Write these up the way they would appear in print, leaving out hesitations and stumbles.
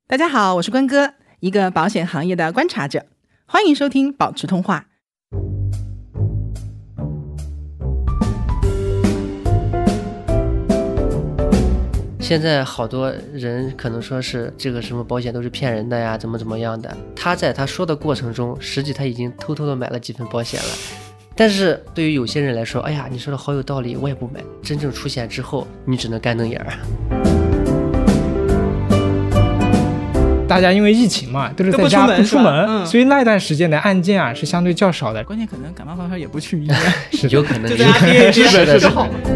大家好，我是关哥，一个保险行业的观察者，欢迎收听保持通话。 现在好多人可能说是这个什么保险都是骗人的呀，怎么样的，他在他说的过程中，实际他已经偷偷的买了几份保险了。但是对于有些人来说，哎呀，你说的好有道理，我也不买。真正出现之后，你只能干瞪眼儿。 大家因为疫情嘛，都是在家不出门，所以那段时间的案件啊是相对较少的。 关键可能感冒发烧也不去医院， 是有可能， 就在家憋着是的。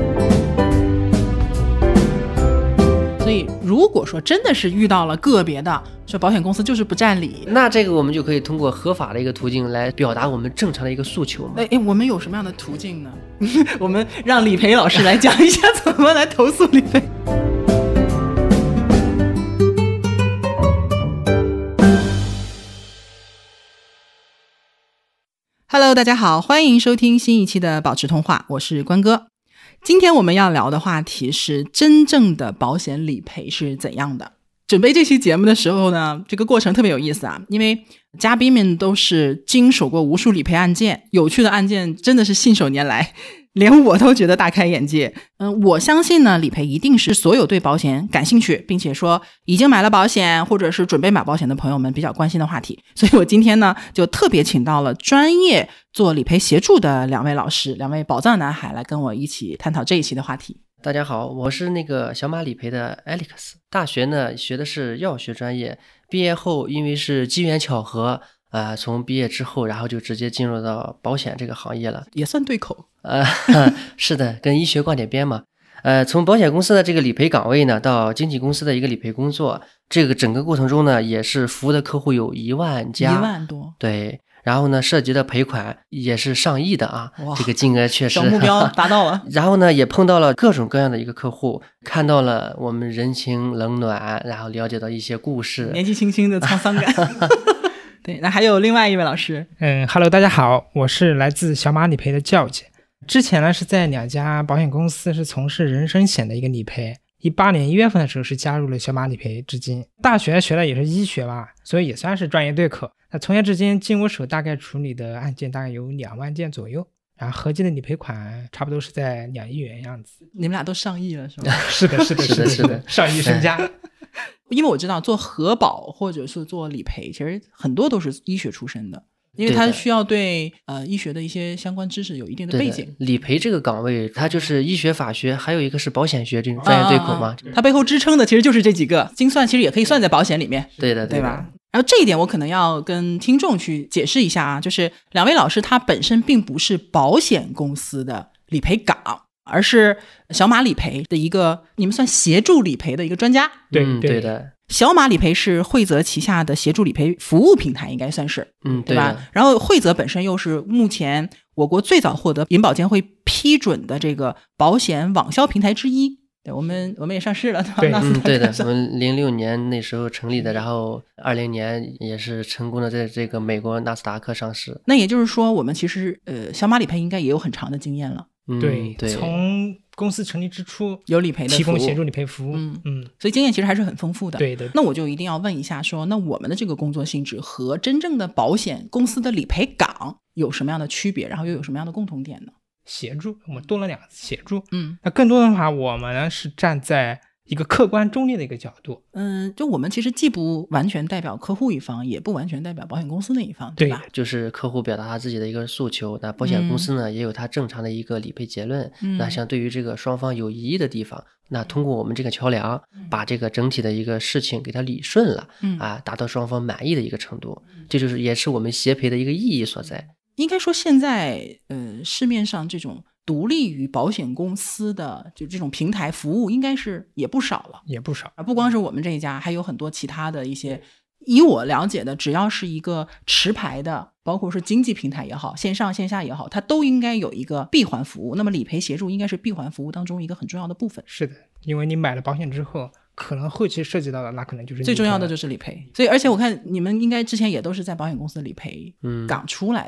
所以如果说真的是遇到了个别的说保险公司就是不占理， 那这个我们就可以通过合法的一个途径来表达我们正常的一个诉求嘛。 我们有什么样的途径呢？我们让李培老师来讲一下怎么来投诉李培。Hello， 大家好，欢迎收听新一期的保持通话，我是关哥。今天我们要聊的话题是真正的保险理赔是怎样的。准备这期节目的时候呢，这个过程特别有意思啊，因为嘉宾们都是经手过无数理赔案件，有趣的案件真的是信手拈来，连我都觉得大开眼界。我相信呢，理赔一定是所有对保险感兴趣，并且说已经买了保险或者是准备买保险的朋友们比较关心的话题。所以我今天呢，就特别请到了专业做理赔协助的两位老师，两位宝藏男孩来跟我一起探讨这一期的话题。 大家好，我是那个小马理赔的 Alex， 大学呢学的是药学专业，毕业后因为是机缘巧合，从毕业之后，然后就直接进入到保险这个行业了， 也算对口。 是的，跟医学挂点边嘛。从保险公司的这个理赔岗位呢，到经纪公司的一个理赔工作，这个整个过程中呢，也是服务的客户有1万家 ，1万多， 对。然后呢，涉及的赔款也是上亿的啊，这个金额确实小目标达到了。 然后呢，也碰到了各种各样的一个客户，看到了我们人情冷暖，然后了解到一些故事， 年纪轻轻的沧桑感。对，那还有另外一位老师。 Hello， 大家好，我是来自小马理赔的教姐。之前呢是在2家保险公司是从事人身险的一个理赔。18年1月份的时候是加入了小马理赔，至今大学学的也是医学吧，所以也算是专业对口。那从业至今进我手大概处理的案件大概有2万件左右，然后合计的理赔款差不多是在2亿元样子。 你们俩都上亿了是吗？ 是的，上亿身家。 因为我知道做核保或者是做理赔，其实很多都是医学出身的，因为他需要对医学的一些相关知识有一定的背景。 理赔这个岗位它就是医学法学，还有一个是保险学这种专业对口嘛。 它背后支撑的其实就是这几个，精算其实也可以算在保险里面。 对的， 对吧？然后这一点我可能要跟听众去解释一下啊，就是两位老师他本身并不是保险公司的理赔岗，而是小马理赔的一个你们算协助理赔的一个专家。 对的。 小马理赔是惠泽旗下的协助理赔服务平台，应该算是，对吧？然后惠泽本身又是目前我国最早获得银保监会批准的这个保险网销平台之一。对，我们也上市了， 对，对的，我们06年那时候成立的，然后20年也是成功的在这个美国纳斯达克上市。 那也就是说，我们其实小马理赔应该也有很长的经验了。 对，从公司成立之初有理赔的提供协助理赔服务， 所以经验其实还是很丰富的。 对的。 那我就一定要问一下说，那我们的这个工作性质和真正的保险公司的理赔岗有什么样的区别，然后又有什么样的共同点呢？ 协助，我们多了2个字协助。那更多的话，我们呢是站在一个客观中立的一个角度。 就我们其实既不完全代表客户一方，也不完全代表保险公司那一方，对吧？ 就是客户表达他自己的一个诉求，那保险公司呢，也有他正常的一个理赔结论。那像对于这个双方有异议的地方，那通过我们这个桥梁，把这个整体的一个事情给它理顺了，达到双方满意的一个程度，这就是也是我们协赔的一个意义所在。 应该说现在市面上这种独立于保险公司的就这种平台服务应该是也不少了， 也不少。 不光是我们这一家，还有很多其他的一些，以我了解的，只要是一个持牌的，包括是经纪平台也好，线上线下也好，它都应该有一个闭环服务。那么理赔协助应该是闭环服务当中一个很重要的部分。 是的，因为你买了保险之后，可能后期涉及到的那可能就是最重要的就是理赔。所以而且我看你们应该之前也都是在保险公司的理赔岗出来的。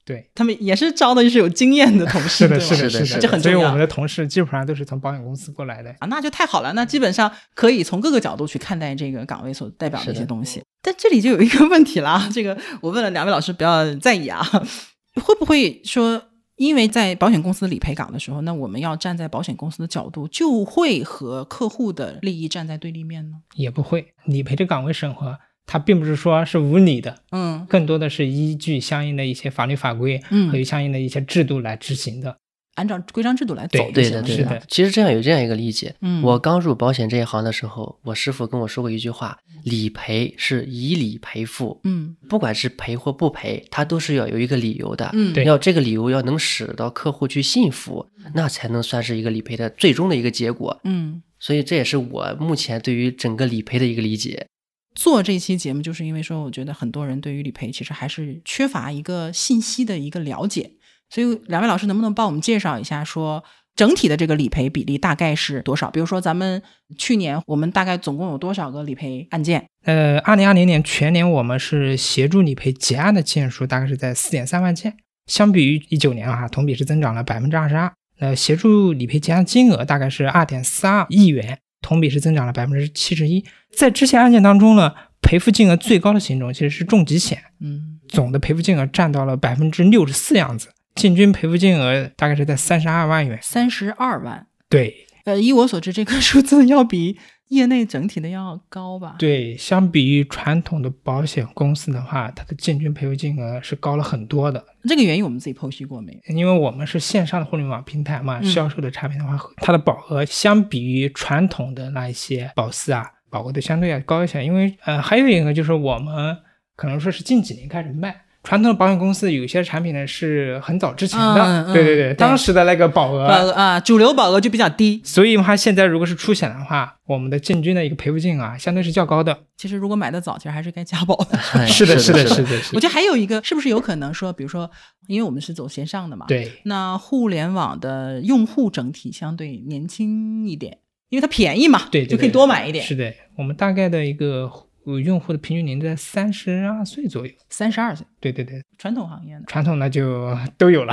对， 他们也是招的是有经验的同事， 是的， 对吧是的， 是的是的， 这很重要所以我们的同事基本上都是从保险公司过来的。 啊，那就太好了，那基本上可以从各个角度去看待这个岗位所代表的一些东西。但这里就有一个问题了啊，这个我问了两位老师，不要在意啊，会不会说因为在保险公司理赔岗的时候，那我们要站在保险公司的角度，就会和客户的利益站在对立面呢？ 也不会，理赔的岗位审核它并不是说是无理的，更多的是依据相应的一些法律法规和相应的一些制度来执行的。 按照规章制度来走就对的， 行了。 对的。其实有这样一个理解，我刚入保险这一行的时候，我师傅跟我说过一句话：理赔是以理赔付，不管是赔或不赔，它都是要有一个理由的，要这个理由要能使到客户去信服，那才能算是一个理赔的最终的一个结果。所以这也是我目前对于整个理赔的一个理解。 做这期节目就是因为说，我觉得很多人对于理赔其实还是缺乏一个信息的一个了解。所以两位老师能不能帮我们介绍一下，说整体的这个理赔比例大概是多少？比如说咱们去年我们大概总共有多少个理赔案件 ？2020年全年我们是协助理赔结案的件数大概是在 4.3 万件，相比于19年同比是增长了 22%。协助理赔结案金额大概是 2.42 亿元，同比是增长了 71%。在这些案件当中呢，赔付金额最高的险种其实是重疾险，总的赔付金额占到了 64% 样子。净均赔付金额大概是在32万元。 32万， 对。 依我所知，这个数字要比业内整体的要高吧？ 对，相比于传统的保险公司的话，它的净均赔付金额是高了很多的。 这个原因我们自己剖析过没有？ 因为我们是线上的互联网平台嘛，销售的产品的话，它的保额相比于传统的那一些保司保额都相对要高一些。因为还有一个就是我们可能说是近几年开始卖。传统的保险公司有些产品呢是很早之前的，对，当时的那个保额主流保额就比较低， 所以它现在如果是出险的话，我们的净均的一个赔付金相对是较高的。 其实如果买的早，其实还是该加保的。 是的。 我觉得还有一个，是不是有可能说，比如说，因为我们是走线上的嘛， 对， 那互联网的用户整体相对年轻一点，因为它便宜嘛， 对， 就可以多买一点。 是的，我们大概的一个用户的平均年龄在32岁左右。 32岁， 对。 传统行业呢？ 传统那就都有了，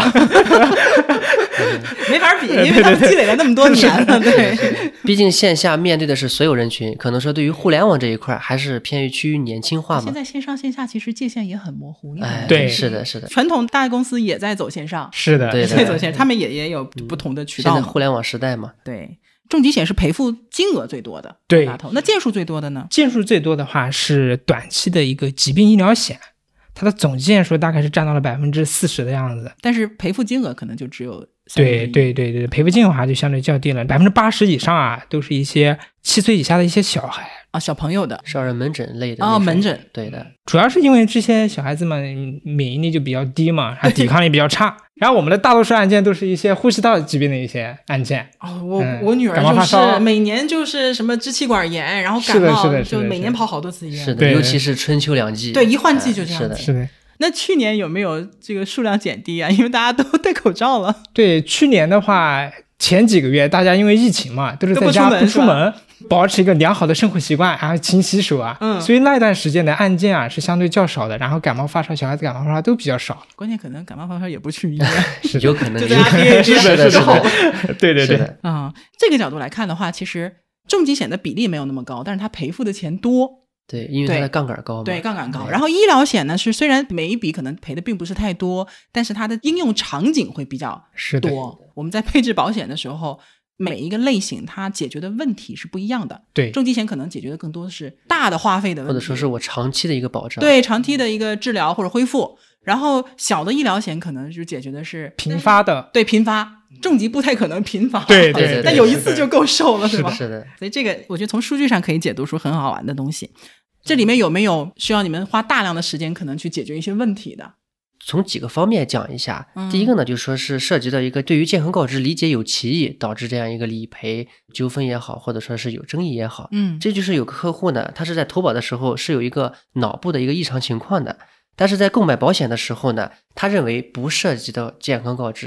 没法比，因为他们积累了那么多年了。对， 毕竟线下面对的是所有人群，可能说对于互联网这一块还是偏趋于年轻化嘛。 现在线上线下其实界限也很模糊。 对， 是的。 传统大公司也在走线上， 是的， 对， 在走线上，他们也有不同的渠道。 现在互联网时代嘛， 对。重疾险是赔付金额最多的， 对。 那件数最多的呢？ 件数最多的话是短期的一个疾病医疗险，它的总件数大概是占到了 40% 的样子， 但是赔付金额可能就只有对，赔付金额的话就相对较低了，80%以上都是一些7岁以下的一些小孩小朋友的少儿门诊类的门诊， 对的， 主要是因为这些小孩子们免疫力就比较低嘛，抵抗力比较差。然后我们的大多数案件都是一些呼吸道疾病的一些案件。 我女儿就是每年就是什么支气管炎，然后感冒就每年跑好多次医院。 是的，尤其是春秋两季。 对，一换季就这样子。 是的。 那去年有没有这个数量减低啊？因为大家都戴口罩了。 对，去年的话，前几个月大家因为疫情嘛，都是在家不出门，保持一个良好的生活习惯，然后勤洗手所以那段时间的案件是相对较少的，然后感冒发烧，小孩子感冒发烧都比较少。 关键可能感冒发烧也不去医院， 有可能就在家憋一憋， 是的。 对。 这个角度来看的话，其实重疾险的比例没有那么高，但是它赔付的钱多。 对，因为它的杠杆高嘛。 对，杠杆高。然后医疗险呢，是虽然每一笔可能赔的并不是太多，但是它的应用场景会比较多。我们在配置保险的时候，每一个类型它解决的问题是不一样的。 对， 重疾险可能解决的更多的是大的花费的问题， 或者说是我长期的一个保障。 对，长期的一个治疗或者恢复。然后小的医疗险可能就解决的是频发的。 对，频发。重疾不太可能频发， 对， 但有一次就够受了，是吧？ 是的。 所以这个我觉得从数据上可以解读出很好玩的东西。这里面有没有需要你们花大量的时间可能去解决一些问题的？ 从几个方面讲一下。第一个呢，就说是涉及到一个对于健康告知理解有歧义，导致这样一个理赔纠纷也好，或者说是有争议也好。这就是有个客户呢，他是在投保的时候是有一个脑部的一个异常情况的，但是在购买保险的时候呢，他认为不涉及到健康告知，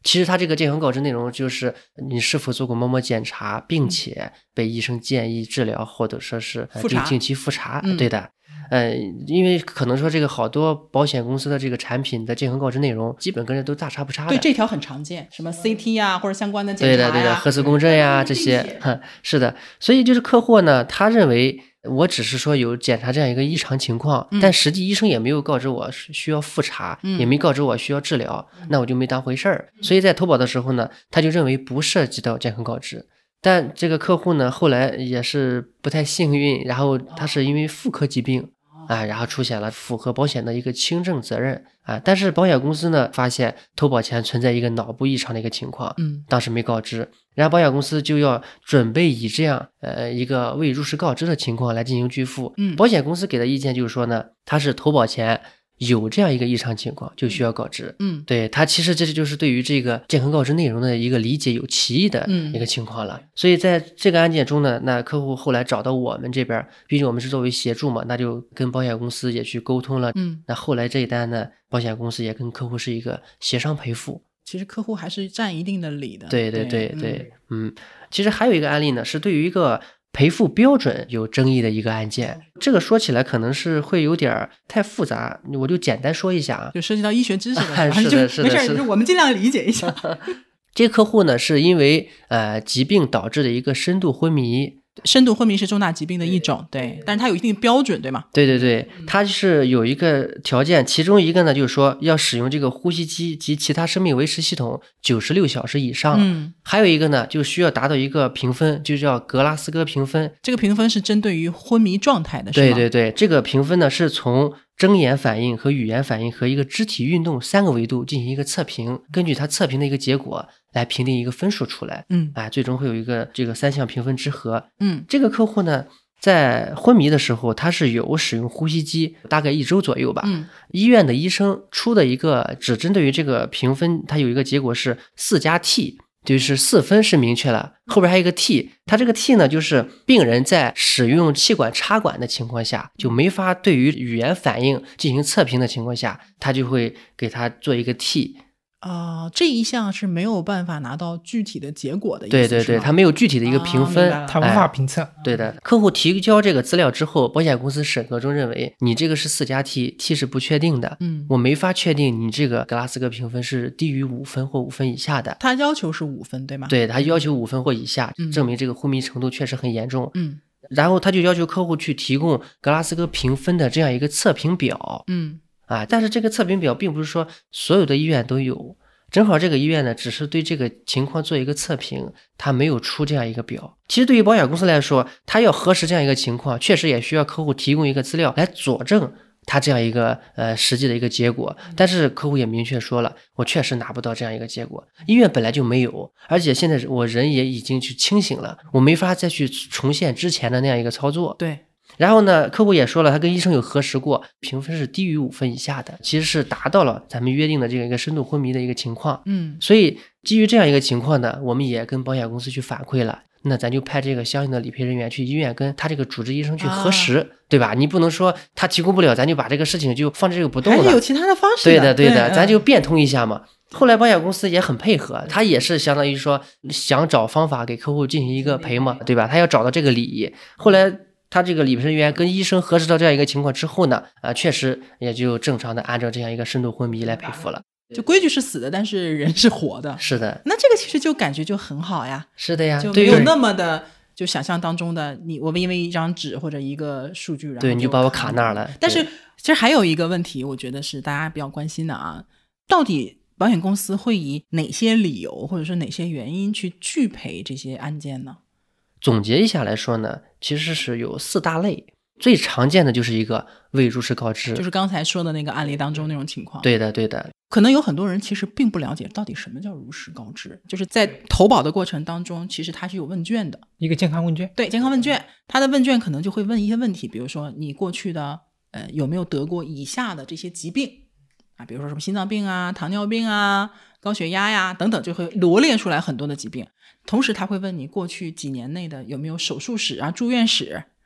其实他这个健康告知内容就是你是否做过某某检查，并且被医生建议治疗，或者说是定期复查。对的。因为可能说这个好多保险公司的这个产品的健康告知内容基本跟人都大差不差的。 对，这条很常见，什么 CT 啊或者相关的检查呀， 对的，核磁共振呀这些。是的，所以就是客户呢，他认为我只是说有检查这样一个异常情况，但实际医生也没有告知我需要复查，也没告知我需要治疗，那我就没当回事儿。所以在投保的时候呢，他就认为不涉及到健康告知。但这个客户呢，后来也是不太幸运，然后他是因为妇科疾病然后出现了符合保险的一个轻症责任但是保险公司呢发现投保前存在一个脑部异常的一个情况，当时没告知，然后保险公司就要准备以这样一个未如实告知的情况来进行拒付。保险公司给的意见就是说呢，他是投保前有这样一个异常情况就需要告知。对，他其实这就是对于这个健康告知内容的一个理解有歧义的一个情况了。所以在这个案件中呢，那客户后来找到我们这边，毕竟我们是作为协助嘛，那就跟保险公司也去沟通了。那后来这一单呢，保险公司也跟客户是一个协商赔付。 其实客户还是占一定的理的。 对。其实还有一个案例呢，是对于一个赔付标准有争议的一个案件，这个说起来可能是会有点太复杂，我就简单说一下就涉及到医学知识的是的， 没事，我们尽量理解一下。 这个客户呢，是因为疾病导致的一个深度昏迷。 深度昏迷是重大疾病的一种，对，但是它有一定标准，对吗？ 对，它是有一个条件，其中一个呢就是说要使用这个呼吸机及其他生命维持系统96小时以上。还有一个呢就需要达到一个评分，就叫格拉斯哥评分。 这个评分是针对于昏迷状态的，是吗？ 对，这个评分呢是从睁眼反应和语言反应和一个肢体运动3个维度进行一个测评，根据它测评的一个结果来评定一个分数出来。最终会有一个这个3项评分之和。这个客户呢在昏迷的时候他是有使用呼吸机，大概1周左右吧。医院的医生出的一个只针对于这个评分，它有一个结果是4+T，就是4分是明确了，后边还有一个 T， 它这个 T 呢就是病人在使用气管插管的情况下就没法对于语言反应进行测评的情况下，他就会给他做一个 T。 这一项是没有办法拿到具体的结果的意思。 对，它没有具体的一个评分， 它无法评测。 对的，客户提交这个资料之后，保险公司审核中认为你这个是4+T 是不确定的。我没法确定你这个格拉斯哥评分是低于5分或5分以下的。 他要求是5分，对吗？ 对，他要求5分或以下，证明这个昏迷程度确实很严重。然后他就要求客户去提供格拉斯哥评分的这样一个测评表。但是这个测评表并不是说所有的医院都有，正好这个医院呢只是对这个情况做一个测评，他没有出这样一个表。其实对于保险公司来说，他要核实这样一个情况，确实也需要客户提供一个资料来佐证他这样一个实际的一个结果。但是客户也明确说了，我确实拿不到这样一个结果，医院本来就没有，而且现在我人也已经去清醒了，我没法再去重现之前的那样一个操作。 对。 然后呢，客户也说了，他跟医生有核实过，评分是低于5分以下的，其实是达到了咱们约定的这个一个深度昏迷的一个情况。所以基于这样一个情况呢，我们也跟保险公司去反馈了，那咱就派这个相应的理赔人员去医院跟他这个主治医生去核实，对吧？你不能说他提供不了，咱就把这个事情就放这个不动了， 还是有其他的方式的。 对的，咱就变通一下嘛。后来保险公司也很配合，他也是相当于说想找方法给客户进行一个赔嘛，对吧？他要找到这个理。后来他这个理赔人员跟医生核实到这样一个情况之后呢，确实也就正常的按照这样一个深度昏迷来赔付了。 就规矩是死的，但是人是活的。 是的， 那这个其实就感觉就很好呀。 是的呀， 就没有那么的就想象当中的我们因为一张纸或者一个数据，然后对，你就把我卡那儿了。 但是其实还有一个问题，我觉得是大家比较关心的啊，到底保险公司会以哪些理由或者说哪些原因去拒赔这些案件呢？ 总结一下来说呢，其实是有4大类。最常见的就是一个未如实告知， 就是刚才说的那个案例当中那种情况。 对的， 可能有很多人其实并不了解到底什么叫如实告知，就是在投保的过程当中，其实它是有问卷的， 一个健康问卷。 对，健康问卷，它的问卷可能就会问一些问题，比如说你过去的有没有得过以下的这些疾病啊，比如说什么心脏病啊、糖尿病啊、高血压呀等等，就会罗列出来很多的疾病。同时他会问你过去几年内的有没有手术史啊、住院史，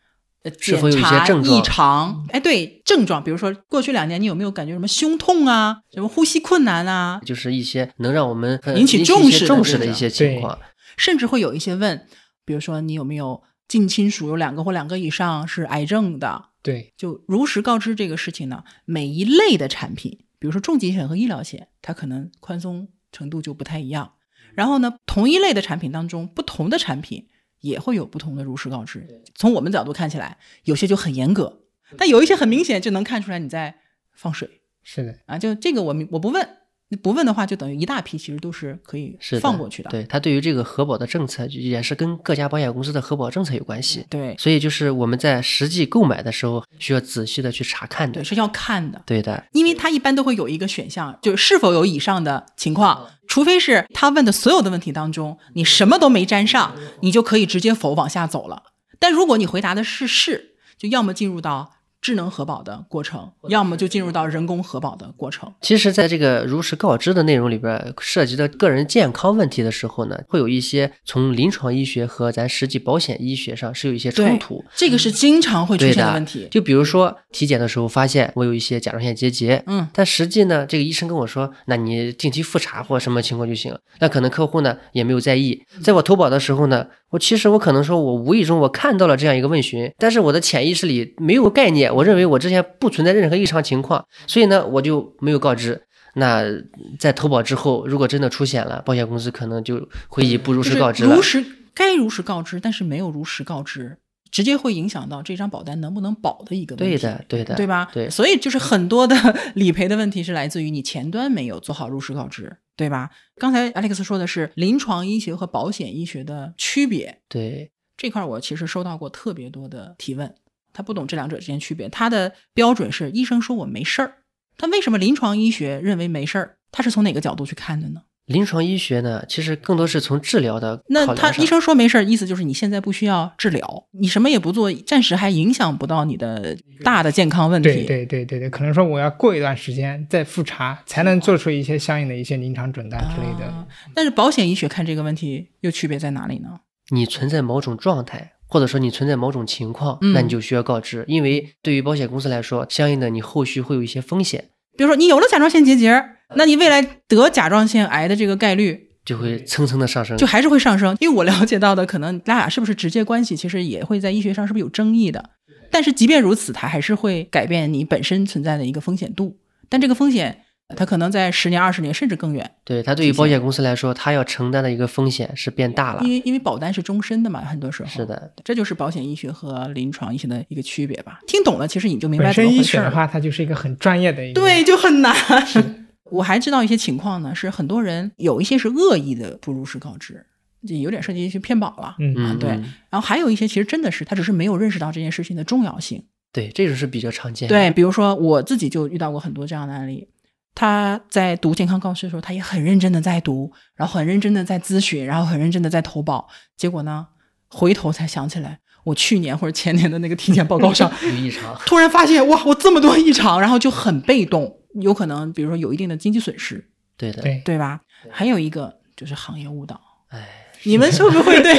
是否有一些检查症状异常。哎，对，症状，比如说过去2年你有没有感觉什么胸痛啊，什么呼吸困难啊， 就是一些能让我们引起重视的一些情况， 甚至会有一些问，比如说你有没有近亲属有2个或2个以上是癌症的。 对， 就如实告知这个事情呢，每一类的产品，比如说重疾险和医疗险，它可能宽松程度就不太一样。然后呢，同一类的产品当中，不同的产品也会有不同的如实告知。从我们角度看起来，有些就很严格，但有一些很明显就能看出来你在放水。 是的啊，就这个我不问，不问的话，就等于一大批其实都是可以放过去的。 对，它对于这个核保的政策也是跟各家保险公司的核保政策有关系。 对， 所以就是我们在实际购买的时候需要仔细的去查看的。 对，是要看的。 对的， 因为它一般都会有一个选项，就是是否有以上的情况，除非是他问的所有的问题当中，你什么都没沾上，你就可以直接否往下走了。但如果你回答的是，就要么进入到智能核保的过程，要么就进入到人工核保的过程。 其实在这个如实告知的内容里边，涉及的个人健康问题的时候呢，会有一些从临床医学和咱实际保险医学上是有一些冲突， 这个是经常会出现的问题。 就比如说体检的时候发现我有一些甲状腺结节，但实际呢这个医生跟我说，那你定期复查或什么情况就行，那可能客户呢也没有在意。在我投保的时候呢，其实我可能说我无意中我看到了这样一个问询，但是我的潜意识里没有概念，我认为我之前不存在任何异常情况，所以呢我就没有告知。那在投保之后，如果真的出现了，保险公司可能就会以不如实告知了。 该如实告知，但是没有如实告知，直接会影响到这张保单能不能保的一个问题。 对的， 对吧？ 对， 所以就是很多的理赔的问题是来自于你前端没有做好如实告知，对吧？刚才 Alex 说的是临床医学和保险医学的区别， 对， 这块我其实收到过特别多的提问，他不懂这两者之间区别。他的标准是医生说我没事儿，他为什么临床医学认为没事儿？他是从哪个角度去看的呢？ 临床医学呢，其实更多是从治疗的考量上。 那他医生说没事，意思就是你现在不需要治疗，你什么也不做，暂时还影响不到你的大的健康问题。 对，可能说我要过一段时间再复查，才能做出一些相应的一些临床诊断之类的。 但是保险医学看这个问题又区别在哪里呢？ 你存在某种状态，或者说你存在某种情况，那你就需要告知，因为对于保险公司来说，相应的你后续会有一些风险。 比如说你有了甲状腺结节，那你未来得甲状腺癌的这个概率就会蹭蹭的上升， 就还是会上升。因为我了解到的，可能俩是不是直接关系，其实也会在医学上是不是有争议的。但是即便如此，它还是会改变你本身存在的一个风险度。但这个风险，它可能在10年、20年甚至更远。 对，它对于保险公司来说，它要承担的一个风险是变大了。 因为保单是终身的嘛，很多时候是的， 这就是保险医学和临床医学的一个区别吧。听懂了，其实你就明白怎么回事。 本身医学的话，它就是一个很专业的一个， 对，就很难。我还知道一些情况呢，是很多人有一些是恶意的不如实告知，就有点涉及去骗保了。对。然后还有一些其实真的是他只是没有认识到这件事情的重要性。 对，这种是比较常见的。 对，比如说我自己就遇到过很多这样的案例，他在读健康告知的时候，他也很认真的在读，然后很认真的在咨询，然后很认真的在投保，结果呢回头才想起来，我去年或者前年的那个体检报告上有异常， 突然发现哇，我这么多异常，然后就很被动，有可能比如说有一定的经济损失。 对的， 对吧？还有一个就是行业误导。 你们会不会对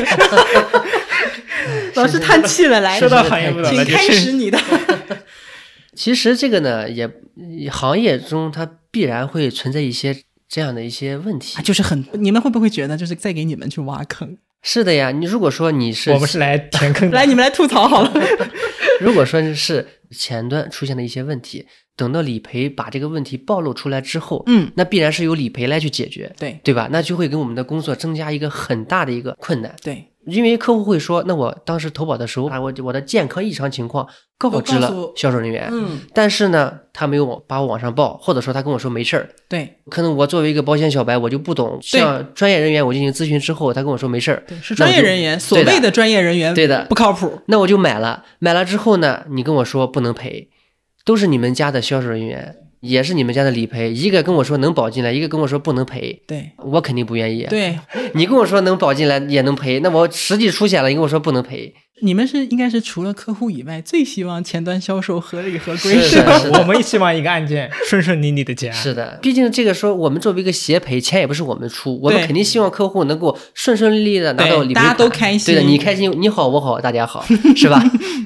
老师叹气了？来， 说到行业误导了， 请开始你的。 其实这个呢，也行业中它必然会存在一些这样的一些问题， 就是你们会不会觉得就是在给你们去挖坑？ 是的呀，你如果说你是我们是来填坑的， 来你们来吐槽好了。 如果说是前端出现的一些问题，等到理赔把这个问题暴露出来之后，那必然是由理赔来去解决，对吧？那就会给我们的工作增加一个很大的一个困难。 对， 因为客户会说，那我当时投保的时候，我的健康异常情况告知了销售人员，但是呢，他没有把我往上报，或者说他跟我说没事儿。 对， 可能我作为一个保险小白，我就不懂，向专业人员我进行咨询之后，他跟我说没事儿， 是专业人员，所谓的专业人员， 对的， 不靠谱。 那我就买了之后呢，你跟我说不能赔，都是你们家的销售人员。也是你们家的理赔，一个跟我说能保进来，一个跟我说不能赔， 对， 我肯定不愿意。 对， 你跟我说能保进来也能赔，那我实际出险了，你跟我说不能赔。 你们应该是除了客户以外，最希望前端销售合理合规， 是吧？ 我们希望一个案件顺顺利利的结案。 是的，毕竟这个说我们作为一个协赔，钱也不是我们出，我们肯定希望客户能够顺顺利利的拿到理赔款， 大家都开心。 对的，你开心，你好我好大家好，是吧？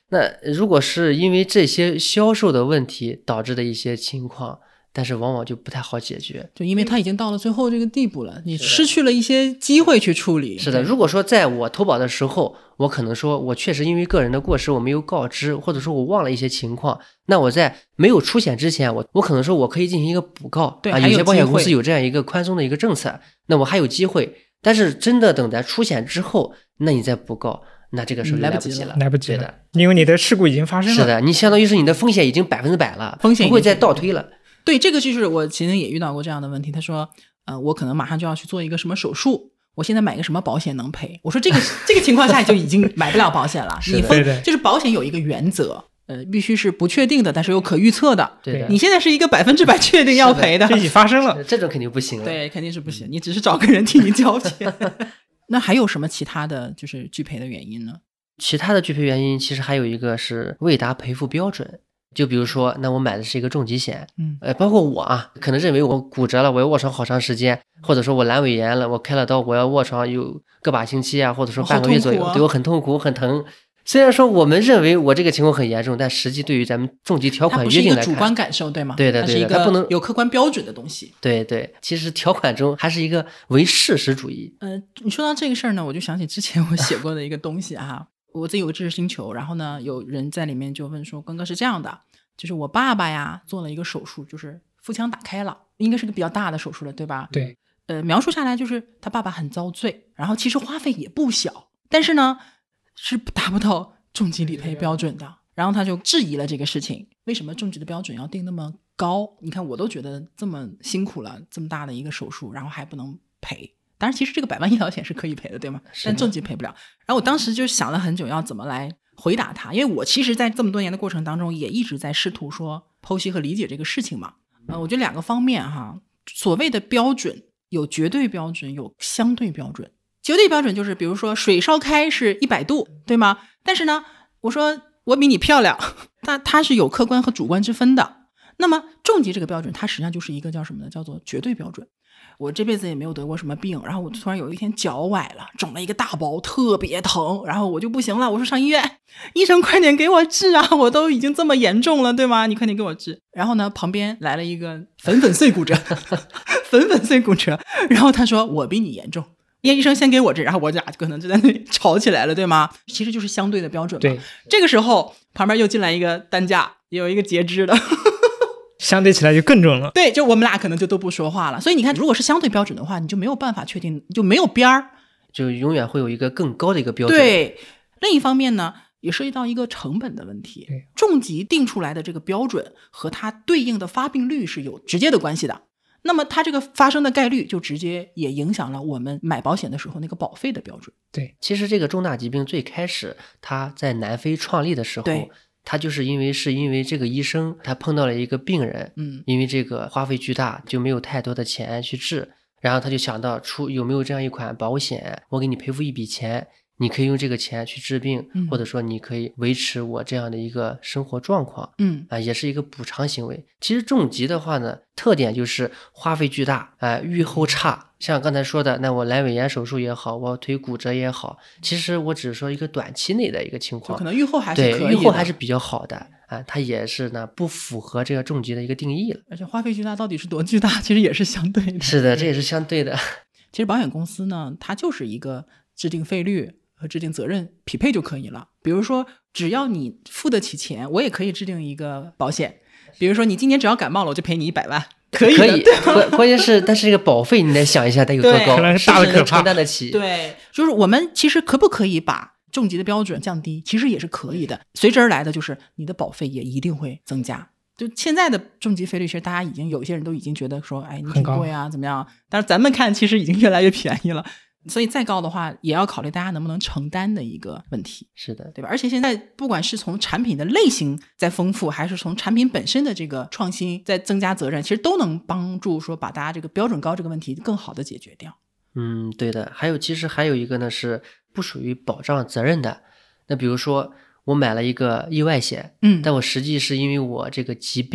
那如果是因为这些销售的问题导致的一些情况，但是往往就不太好解决， 就因为它已经到了最后这个地步了，你失去了一些机会去处理。 是的，如果说在我投保的时候，我可能说我确实因为个人的过失我没有告知，或者说我忘了一些情况，那我在没有出险之前，我可能说我可以进行一个补告。 对， 有些保险公司有这样一个宽松的一个政策，那我还有机会。但是真的等待出险之后，那你再补告，那这个时候就来不及了， 来不及了，因为你的事故已经发生了。 是的，你相当于是你的风险已经100%了， 风险不会再倒推了。 对，这个就是我其实也遇到过这样的问题。他说，我可能马上就要去做一个什么手术，我现在买个什么保险能赔？我说这个情况下就已经买不了保险了。你就是保险有一个原则，必须是不确定的，但是又可预测的。 对的， 你现在是一个100%确定要赔的， 这已发生了， 这种肯定不行了。 对，肯定是不行。你只是找个人替你交钱。那还有什么其他的就是拒赔的原因呢？ 其他的拒赔原因其实还有一个是未达赔付标准。就比如说，那我买的是一个重疾险，包括我啊，可能认为我骨折了，我要卧床好长时间，或者说我阑尾炎了，我开了刀，我要卧床有个把星期啊，或者说半个月左右，对我很痛苦很疼。虽然说我们认为我这个情况很严重，但实际对于咱们重疾条款约定来看，它不是一个主观感受，对吗？ 对的，对的，它不能有客观标准的东西。 对对，其实条款中还是一个唯事实主义。 你说到这个事儿呢，我就想起之前我写过的一个东西哈。我自己有个知识星球，然后呢，有人在里面就问说，关哥是这样的，就是我爸爸呀做了一个手术，就是腹腔打开了，应该是个比较大的手术了，对吧？ 对。 描述下来就是他爸爸很遭罪，然后其实花费也不小，但是呢是达不到重疾理赔标准的，然后他就质疑了这个事情，为什么重疾的标准要定那么高？你看我都觉得这么辛苦了，这么大的一个手术，然后还不能赔。当然其实这个100万医疗险是可以赔的，对吗？但重疾赔不了。然后我当时就想了很久要怎么来回答他，因为我其实在这么多年的过程当中也一直在试图说剖析和理解这个事情嘛。我觉得2个方面哈，所谓的标准有绝对标准，有相对标准。绝对标准就是比如说水烧开是100度，对吗？但是呢，我说我比你漂亮，它是有客观和主观之分的。那么重疾这个标准它实际上就是一个叫什么呢？叫做绝对标准。我这辈子也没有得过什么病，然后我突然有一天脚崴了，肿了一个大包，特别疼，然后我就不行了，我说上医院，医生快点给我治啊，我都已经这么严重了，对吗？你快点给我治。然后呢，旁边来了一个粉碎骨折粉碎骨折，然后他说我比你严重，医生先给我治，然后我俩可能就在那里吵起来了，对吗？其实就是相对的标准嘛。 对， 这个时候旁边又进来一个担架，也有一个截肢的相对起来就更重了。 对，就我们俩可能就都不说话了。所以你看，如果是相对标准的话，你就没有办法确定，就没有边儿， 就永远会有一个更高的一个标准。 对，另一方面呢，也涉及到一个成本的问题。重疾定出来的这个标准和它对应的发病率是有直接的关系的。那么它这个发生的概率就直接也影响了我们买保险的时候那个保费的标准。 对， 其实这个重大疾病最开始它在南非创立的时候，他就是因为这个医生他碰到了一个病人，因为这个花费巨大，就没有太多的钱去治，然后他就想到有没有这样一款保险，我给你赔付一笔钱，你可以用这个钱去治病，或者说你可以维持我这样的一个生活状况，也是一个补偿行为。其实重疾的话呢，特点就是花费巨大，预后差。像刚才说的，那我阑尾炎手术也好，我腿骨折也好，其实我只是说一个短期内的一个情况， 可能预后还是可以的， 对，预后还是比较好的啊，它也是呢不符合这个重疾的一个定义了。 而且花费巨大到底是多巨大，其实也是相对的。 是的，这也是相对的。 其实保险公司呢，它就是一个制定费率和制定责任匹配就可以了。比如说，只要你付得起钱，我也可以制定一个保险。比如说，你今年只要感冒了，我就赔你100万。可以， 关键是，但是这个保费你得想一下得有多高，是不是能承担得起？ 对，就是我们其实可不可以把重疾的标准降低？其实也是可以的，随之而来的就是你的保费也一定会增加。就现在的重疾费率，其实大家有些人都已经觉得说，哎，你挺贵啊，怎么样？但是咱们看，其实已经越来越便宜了。所以再高的话也要考虑大家能不能承担的一个问题。 是的， 对吧？而且现在不管是从产品的类型在丰富，还是从产品本身的这个创新在增加责任，其实都能帮助说把大家这个标准高这个问题更好的解决掉。 对的。其实还有一个呢是不属于保障责任的。那比如说我买了一个意外险，但我实际是因为我这个疾病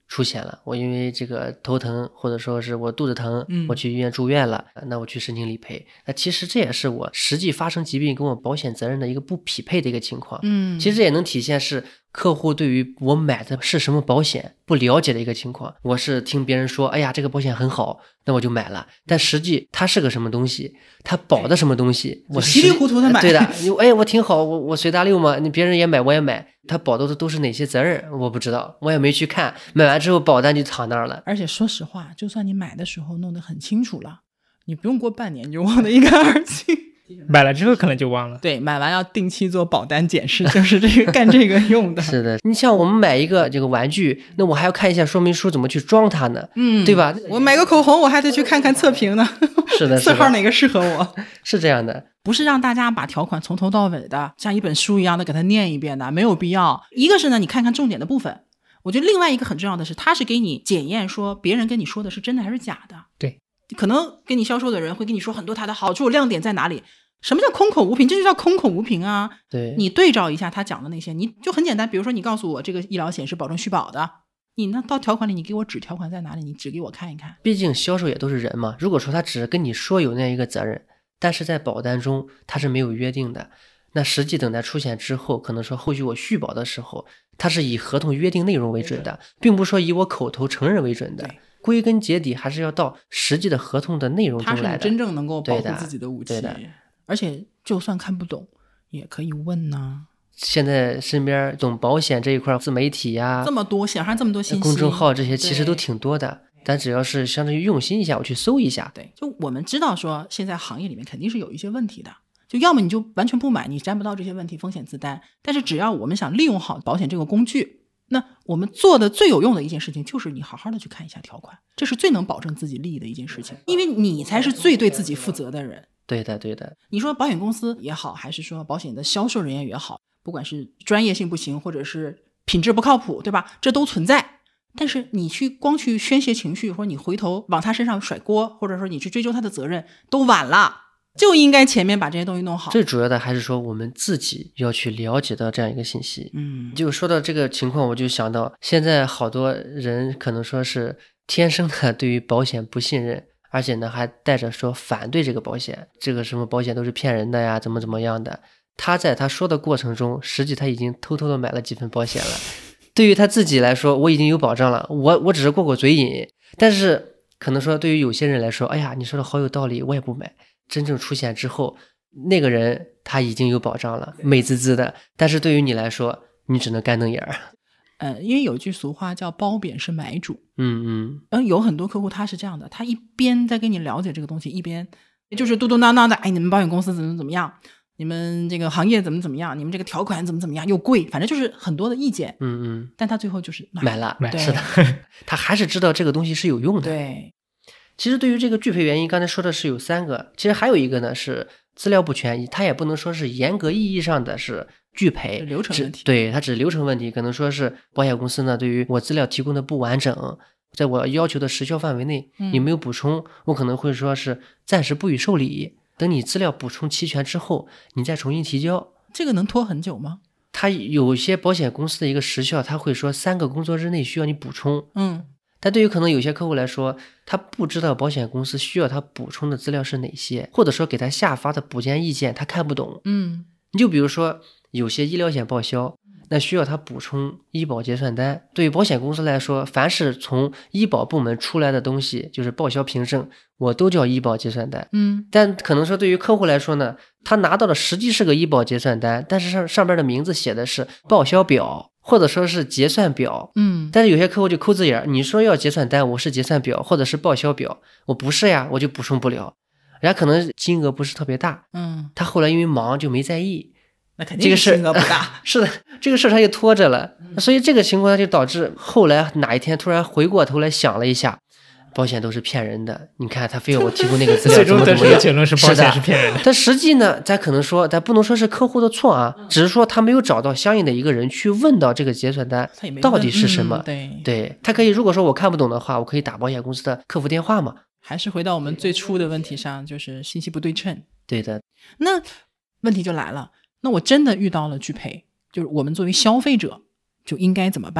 出险了，我因为这个头疼或者说是我肚子疼，我去医院住院了，那我去申请理赔。那其实这也是我实际发生疾病跟我保险责任的一个不匹配的一个情况。其实这也能体现是客户对于我买的是什么保险不了解的一个情况。我是听别人说，哎呀，这个保险很好，那我就买了，但实际它是个什么东西，它保的什么东西，我稀里糊涂的买。 对的，哎，我挺好，我随大溜嘛，你别人也买我也买，它保的都是哪些责任我不知道，我也没去看，买完之后保单就躺那儿了。 而且说实话，就算你买的时候弄得很清楚了，你不用过半年你就忘得一干二净。 买了之后可能就忘了。 对，买完要定期做保单检视，就是这个干这个用的。 是的，你像我们买一个这个玩具，那我还要看一下说明书怎么去装它呢，对吧？ 我买个口红我还得去看看测评呢， 是的， 色号哪个适合我。 是这样的， 不是让大家把条款从头到尾的像一本书一样的给它念一遍的，没有必要。一个是呢，你看看重点的部分，我觉得另外一个很重要的是，它是给你检验说别人跟你说的是真的还是假的。 对， 可能跟你销售的人会跟你说很多它的好处亮点在哪里，什么叫空口无凭？这就叫空口无凭啊。 对， 你对照一下他讲的那些，你就很简单，比如说你告诉我这个医疗险是保证续保的，你那到条款里你给我指条款在哪里，你指给我看一看。 毕竟销售也都是人嘛，如果说他只是跟你说有那样一个责任，但是在保单中他是没有约定的，那实际等待出险之后，可能说后续我续保的时候，它是以合同约定内容为准的，并不是说以我口头承认为准的。归根结底还是要到实际的合同的内容中来的， 它是真正能够保护自己的武器。 对的， 而且就算看不懂也可以问呢。 现在身边懂保险这一块自媒体呀， 这么多，网上这么多信息， 公众号这些其实都挺多的，但只要是相当于用心一下，我去搜一下。 对，就我们知道说现在行业里面肯定是有一些问题的，就要么你就完全不买，你沾不到这些问题，风险自担。但是只要我们想利用好保险这个工具，那我们做的最有用的一件事情就是你好好的去看一下条款，这是最能保证自己利益的一件事情，因为你才是最对自己负责的人。 对的对的， 你说保险公司也好，还是说保险的销售人员也好，不管是专业性不行或者是品质不靠谱，对吧？这都存在。但是你光去宣泄情绪，或者你回头往他身上甩锅，或者说你去追究他的责任，都晚了。就应该前面把这些东西弄好。 最主要的还是说我们自己要去了解到这样一个信息。就说到这个情况，我就想到现在好多人可能说是天生的对于保险不信任，而且呢还带着说反对这个保险，这个什么保险都是骗人的呀，怎么样的。他在他说的过程中，实际他已经偷偷的买了几份保险了。对于他自己来说，我已经有保障了，我只是过嘴瘾。但是可能说对于有些人来说，哎呀，你说的好有道理，我也不买。真正出险之后，那个人他已经有保障了，美滋滋的。但是对于你来说，你只能干瞪眼儿。 因为有句俗话叫褒贬是买主。有很多客户他是这样的，他一边在跟你了解这个东西，一边就是嘟嘟囔囔的，哎，你们保险公司怎么样，你们这个行业怎么样，你们这个条款怎么样，又贵，反正就是很多的意见。但他最后就是买了， 是的，他还是知道这个东西是有用的。 对。 其实对于这个拒赔原因，刚才说的是有3个，其实还有一个呢是资料不全，它也不能说是严格意义上的是拒赔， 流程问题。 对，它只是流程问题，可能说是保险公司呢对于我资料提供的不完整，在我要求的时效范围内你没有补充，我可能会说是暂时不予受理，等你资料补充齐全之后你再重新提交。 这个能拖很久吗？ 它有些保险公司的一个时效，它会说3个工作日内需要你补充。但对于可能有些客户来说，他不知道保险公司需要他补充的资料是哪些，或者说给他下发的补件意见他看不懂。你就比如说有些医疗险报销，那需要他补充医保结算单。对于保险公司来说，凡是从医保部门出来的东西，就是报销凭证，我都叫医保结算单。但可能说对于客户来说呢，他拿到的实际是个医保结算单，但是上边的名字写的是报销表，或者说是结算表。但是有些客户就抠字眼，你说要结算单，我是结算表或者是报销表，我不是呀，我就补充不了。人家可能金额不是特别大，他后来因为忙就没在意， 那肯定金额不大。 是的，这个事他就拖着了。所以这个情况就导致后来哪一天突然回过头来想了一下，保险都是骗人的，你看他非要我提供那个资料最终得出的结论是保险是骗人的。 但实际呢，咱可能说咱不能说是客户的错啊，只是说他没有找到相应的一个人去问到这个结算单到底是什么。对，他可以如果说我看不懂的话，我可以打保险公司的客服电话嘛。 还是回到我们最初的问题上，就是信息不对称。 对的。 那问题就来了，那我真的遇到了拒赔，就是我们作为消费者就应该怎么办？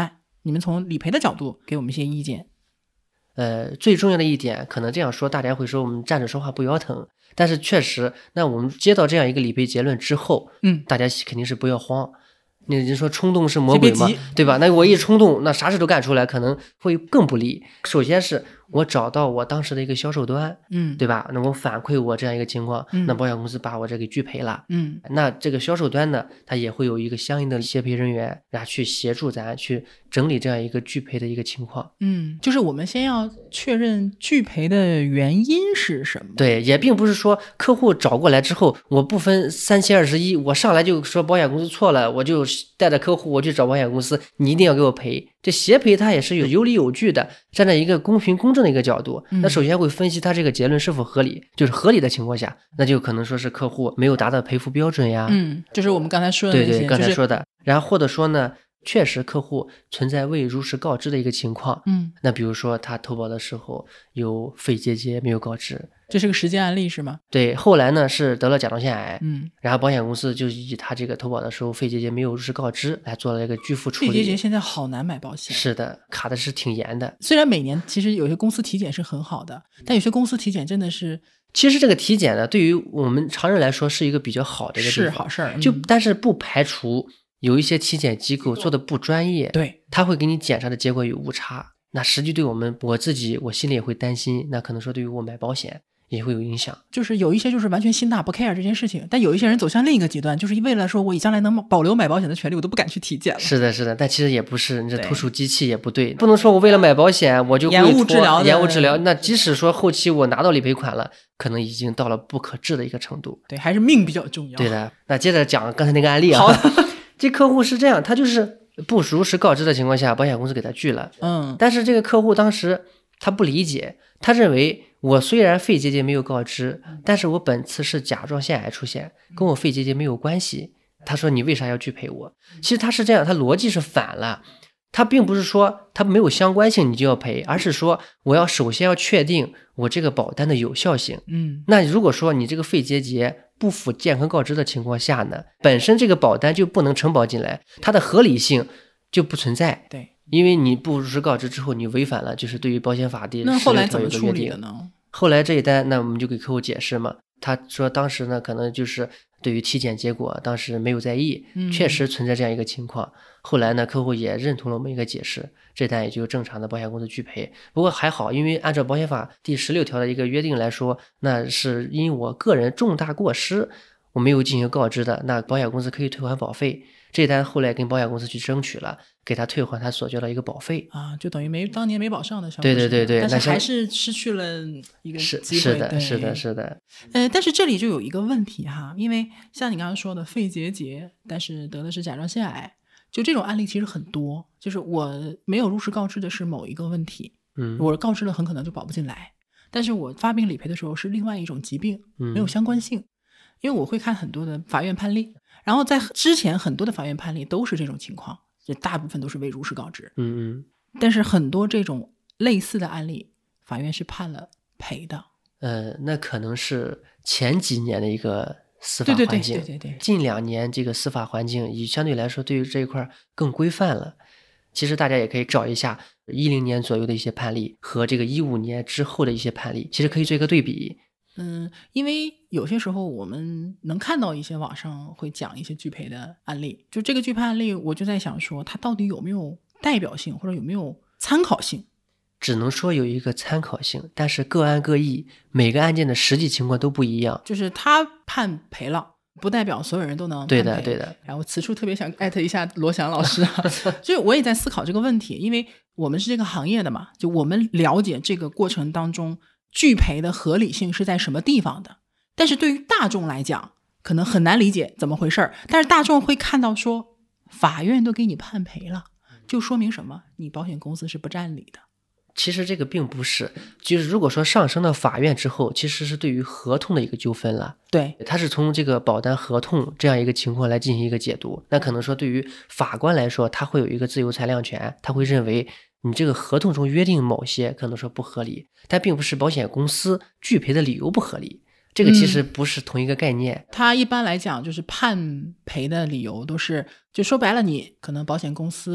你们从理赔的角度给我们一些意见。 最重要的一点，可能这样说大家会说我们站着说话不腰疼，但是确实，那我们接到这样一个理赔结论之后，大家肯定是不要慌。你说冲动是魔鬼嘛，对吧？那我一冲动，那啥事都干出来，可能会更不利。首先是我找到我当时的一个销售端，对吧？那我反馈我这样一个情况，那保险公司把我这给拒赔了，那这个销售端呢，它也会有一个相应的协赔人员，然后去协助咱去整理这样一个拒赔的一个情况。 就是我们先要确认拒赔的原因是什么。 对，也并不是说客户找过来之后，我不分3七21，我上来就说保险公司错了，我就带着客户我去找保险公司，你一定要给我赔。这协赔它也是有理有据的，站在一个公平公正的一个角度，那首先会分析它这个结论是否合理，就是合理的情况下，那就可能说是客户没有达到赔付标准呀， 就是我们刚才说的那些， 对，刚才说的，然后或者说呢，确实客户存在未如实告知的一个情况，那比如说他投保的时候有肺结节没有告知， 这是个实际案例是吗？ 对，后来呢是得了甲状腺癌，然后保险公司就以他这个投保的时候肺结节没有如实告知来做了一个拒付处理。 肺结节现在好难买保险， 是的，卡的是挺严的。 虽然每年其实有些公司体检是很好的，但有些公司体检真的是， 其实这个体检呢，对于我们常人来说是一个比较好的一个地方， 是好事儿， 但是不排除有一些体检机构做的不专业， 对， 他会给你检查的结果有误差，那实际对我心里也会担心，那可能说对于我买保险也会有影响。 就是有一些就是完全心大不 care 这件事情，但有一些人走向另一个极端，就是为了说我将来能保留买保险的权利，我都不敢去体检了。 是的，但其实也不是，你这投鼠忌器也不对，不能说我为了买保险我就延误治疗， 那即使说后期我拿到理赔款了，可能已经到了不可治的一个程度。 对，还是命比较重要。 对的，那接着讲刚才那个案例啊，这客户是这样，他就是不如实告知的情况下，保险公司给他拒了，但是这个客户当时他不理解，他认为我虽然肺结节没有告知，但是我本次是甲状腺癌出现，跟我肺结节没有关系。他说你为啥要拒赔我？其实他是这样，他逻辑是反了。他并不是说他没有相关性你就要赔，而是说我要首先要确定我这个保单的有效性。那如果说你这个肺结节不符健康告知的情况下呢，本身这个保单就不能承保进来，它的合理性就不存在。 对， 因为你不如实告知之后，你违反了就是对于保险法第16条有个约定。 那后来怎么处理的呢？ 后来这一单，那我们就给客户解释嘛。他说当时呢，可能就是对于体检结果当时没有在意，确实存在这样一个情况。后来呢，客户也认同了我们一个解释，这单也就正常的保险公司拒赔。不过还好，因为按照保险法第16条的一个约定来说，那是因我个人重大过失我没有进行告知的，那保险公司可以退还保费。这单后来跟保险公司去争取了，给他退还他所交的一个保费啊， 就等于当年没保上的消费者。 对， 但是还是失去了一个机会。 是的。 但是这里就有一个问题哈，因为像你刚刚说的肺结节，但是得的是甲状腺癌，就这种案例其实很多，就是我没有如实告知的是某一个问题，我告知了很可能就保不进来，但是我发病理赔的时候是另外一种疾病，没有相关性。因为我会看很多的法院判例，然后在之前很多的法院判例都是这种情况，就大部分都是未如实告知。但是很多这种类似的案例，法院是判了赔的。 那可能是前几年的一个司法环境， 对， 近2年这个司法环境也相对来说对于这一块更规范了。其实大家也可以找一下10年左右的一些判例和这个15年之后的一些判例，其实可以做一个对比。 因为有些时候我们能看到一些网上会讲一些拒赔的案例，就这个拒赔案例，我就在想说它到底有没有代表性或者有没有参考性。 只能说有一个参考性，但是各案各异，每个案件的实际情况都不一样。 就是他判赔了，不代表所有人都能判赔。 对的。 然后此处特别想艾特一下罗翔老师就我也在思考这个问题，因为我们是这个行业的嘛，就我们了解这个过程当中拒赔的合理性是在什么地方的，但是对于大众来讲可能很难理解怎么回事，但是大众会看到说法院都给你判赔了，就说明什么？你保险公司是不占理的。 其实这个并不是，就是如果说上升到法院之后，其实是对于合同的一个纠纷了。 对， 它是从这个保单合同这样一个情况来进行一个解读。那可能说对于法官来说，他会有一个自由裁量权，他会认为你这个合同中约定某些可能说不合理，但并不是保险公司拒赔的理由不合理。这个其实不是同一个概念。 他一般来讲就是判赔的理由都是，就说白了，你可能保险公司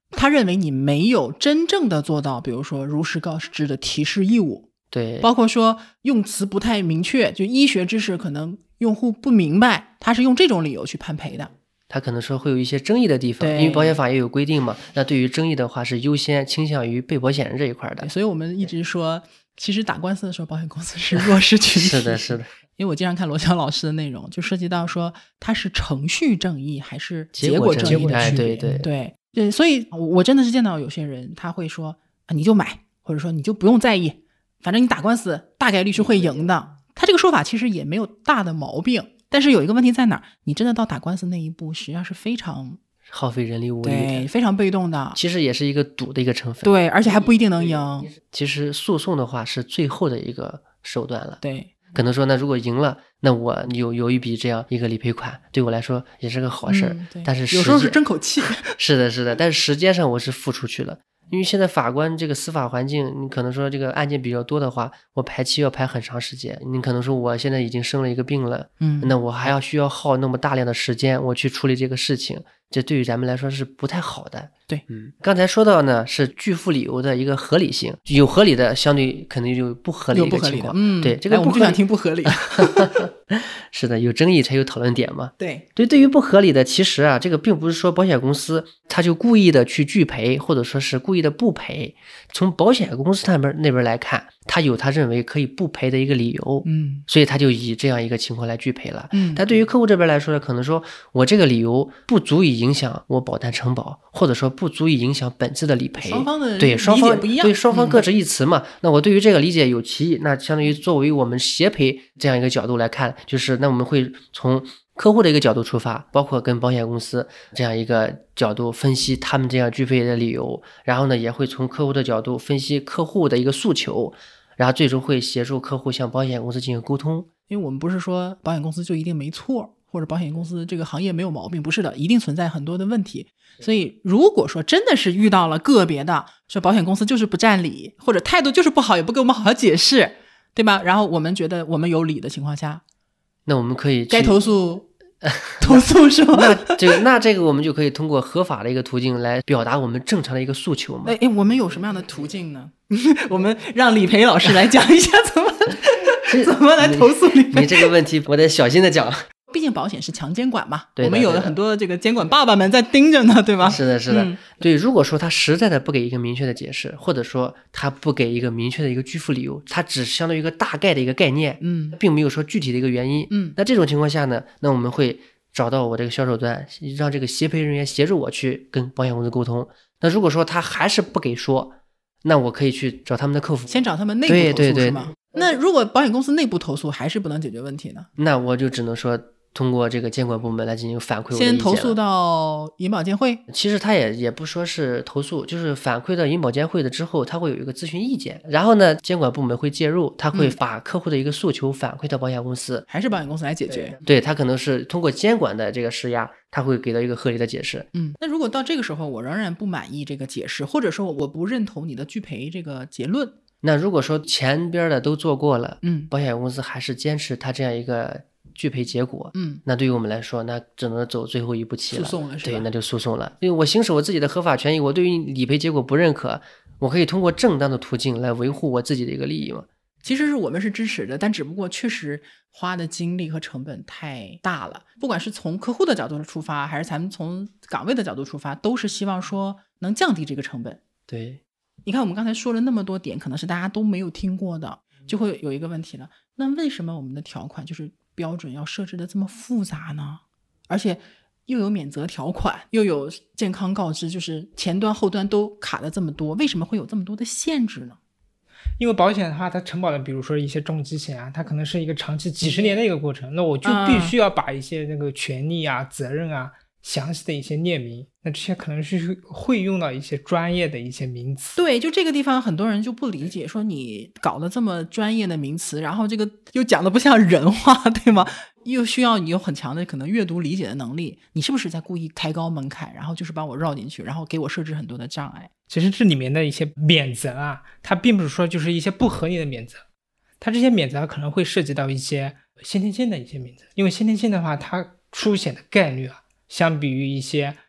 他认为你没有真正的做到比如说如实告知的提示义务， 对， 包括说用词不太明确，就医学知识可能用户不明白，他是用这种理由去判赔的。 他可能说会有一些争议的地方，因为保险法也有规定嘛，那对于争议的话是优先倾向于被保险人这一块的。 所以我们一直说其实打官司的时候保险公司是弱势群体是的是的， 因为我经常看罗翔老师的内容，就涉及到说他是程序正义还是结果正义的区别。对，所以我真的是见到有些人他会说你就买，或者说你就不用在意，反正你打官司大概率是会赢的。他这个说法其实也没有大的毛病，但是有一个问题在哪儿？你真的到打官司那一步实际上是非常耗费人力物力的， 对，非常被动的， 其实也是一个赌的一个成分。 对，而且还不一定能赢。 其实诉讼的话是最后的一个手段了。 对， 可能说那如果赢了，那我有一笔这样一个理赔款，对我来说也是个好事但是有时候是争口气。 是的是的，但是时间上我是付出去了。因为现在法官这个司法环境，你可能说这个案件比较多的话，我排期要排很长时间。你可能说我现在已经生了一个病了，那我还需要耗那么大量的时间我去处理这个事情，这对于咱们来说是不太好的。 对， 刚才说到呢是拒付理由的一个合理性，有合理的，相对肯定就不合理的一个情况。对，这个我们就想听不合理。 是的，有争议才有讨论点嘛。 对， 对于不合理的，其实啊，这个并不是说保险公司他就故意的去拒赔，或者说是故意的不赔。从保险公司那边来看，他有他认为可以不赔的一个理由，所以他就以这样一个情况来拒赔了。但对于客户这边来说呢，可能说我这个理由不足以影响我保单承保，或者说不足以影响本次的理赔。 双方的对双方不一样， 对双方各执一词嘛。那我对于这个理解有歧义，那相当于作为我们协赔这样一个角度来看，就是那我们会从客户的一个角度出发，包括跟保险公司这样一个角度分析他们这样拒赔的理由，然后呢也会从客户的角度分析客户的一个诉求，然后最终会协助客户向保险公司进行沟通。 因为我们不是说保险公司就一定没错，或者保险公司这个行业没有毛病，不是的，一定存在很多的问题。所以如果说真的是遇到了个别的说保险公司就是不占理，或者态度就是不好，也不给我们好好解释，对吧？然后我们觉得我们有理的情况下， 那我们可以该投诉投诉是吗？ 那这个我们就可以通过合法的一个途径来表达我们正常的一个诉求嘛。 我们有什么样的途径呢？我们让理赔老师来讲一下怎么来投诉理赔。 你这个问题我得小心的讲。 毕竟保险是强监管嘛， 对， 我们有很多这个监管爸爸们在盯着呢，对吧？ 是的是的，对，如果说他实在的不给一个明确的解释，或者说他不给一个明确的一个拒付理由，他只相当于一个大概的一个概念，并没有说具体的一个原因，那这种情况下呢，那我们会找到我这个销售端，让这个协赔人员协助我去跟保险公司沟通。那如果说他还是不给说，那我可以去找他们的客服， 先找他们内部投诉， 对是吗？那如果保险公司内部投诉还是不能解决问题呢？ 那我就只能说通过这个监管部门来进行反馈我的意见了。 先投诉到银保监会？ 其实他也不说是投诉，就是反馈到银保监会的之后，他会有一个咨询意见，然后呢监管部门会介入，他会把客户的一个诉求反馈到保险公司， 还是保险公司来解决。 对，他可能是通过监管的这个施压，他会给到一个合理的解释。 那如果到这个时候我仍然不满意这个解释，或者说我不认同你的拒赔这个结论， 那如果说前边的都做过了，保险公司还是坚持他这样一个拒赔结果，那对于我们来说，那只能走最后一步棋了， 诉讼了，是吧？ 对，那就诉讼了。因为我行使我自己的合法权益，我对于理赔结果不认可，我可以通过正当的途径来维护我自己的一个利益嘛。 其实是我们是支持的，但只不过确实花的精力和成本太大了。不管是从客户的角度出发，还是咱们从岗位的角度出发，都是希望说能降低这个成本。 对， 你看我们刚才说了那么多点，可能是大家都没有听过的，就会有一个问题了，那为什么我们的条款就是标准要设置的这么复杂呢？而且又有免责条款，又有健康告知，就是前端后端都卡了这么多，为什么会有这么多的限制呢？ 因为保险的话，它承保的比如说一些重疾险啊，它可能是一个长期几十年的一个过程，那我就必须要把一些那个权利啊、责任啊详细的一些列明，那这些可能是会用到一些专业的一些名词。 对，就这个地方很多人就不理解，说你搞了这么专业的名词，然后这个又讲的不像人话，对吗？又需要你有很强的可能阅读理解的能力，你是不是在故意抬高门槛，然后就是把我绕进去，然后给我设置很多的障碍？ 其实这里面的一些免责啊，它并不是说就是一些不合理的免责，它这些免责可能会涉及到一些先天性的一些免责，因为先天性的话，它出险的概率啊，相比于一些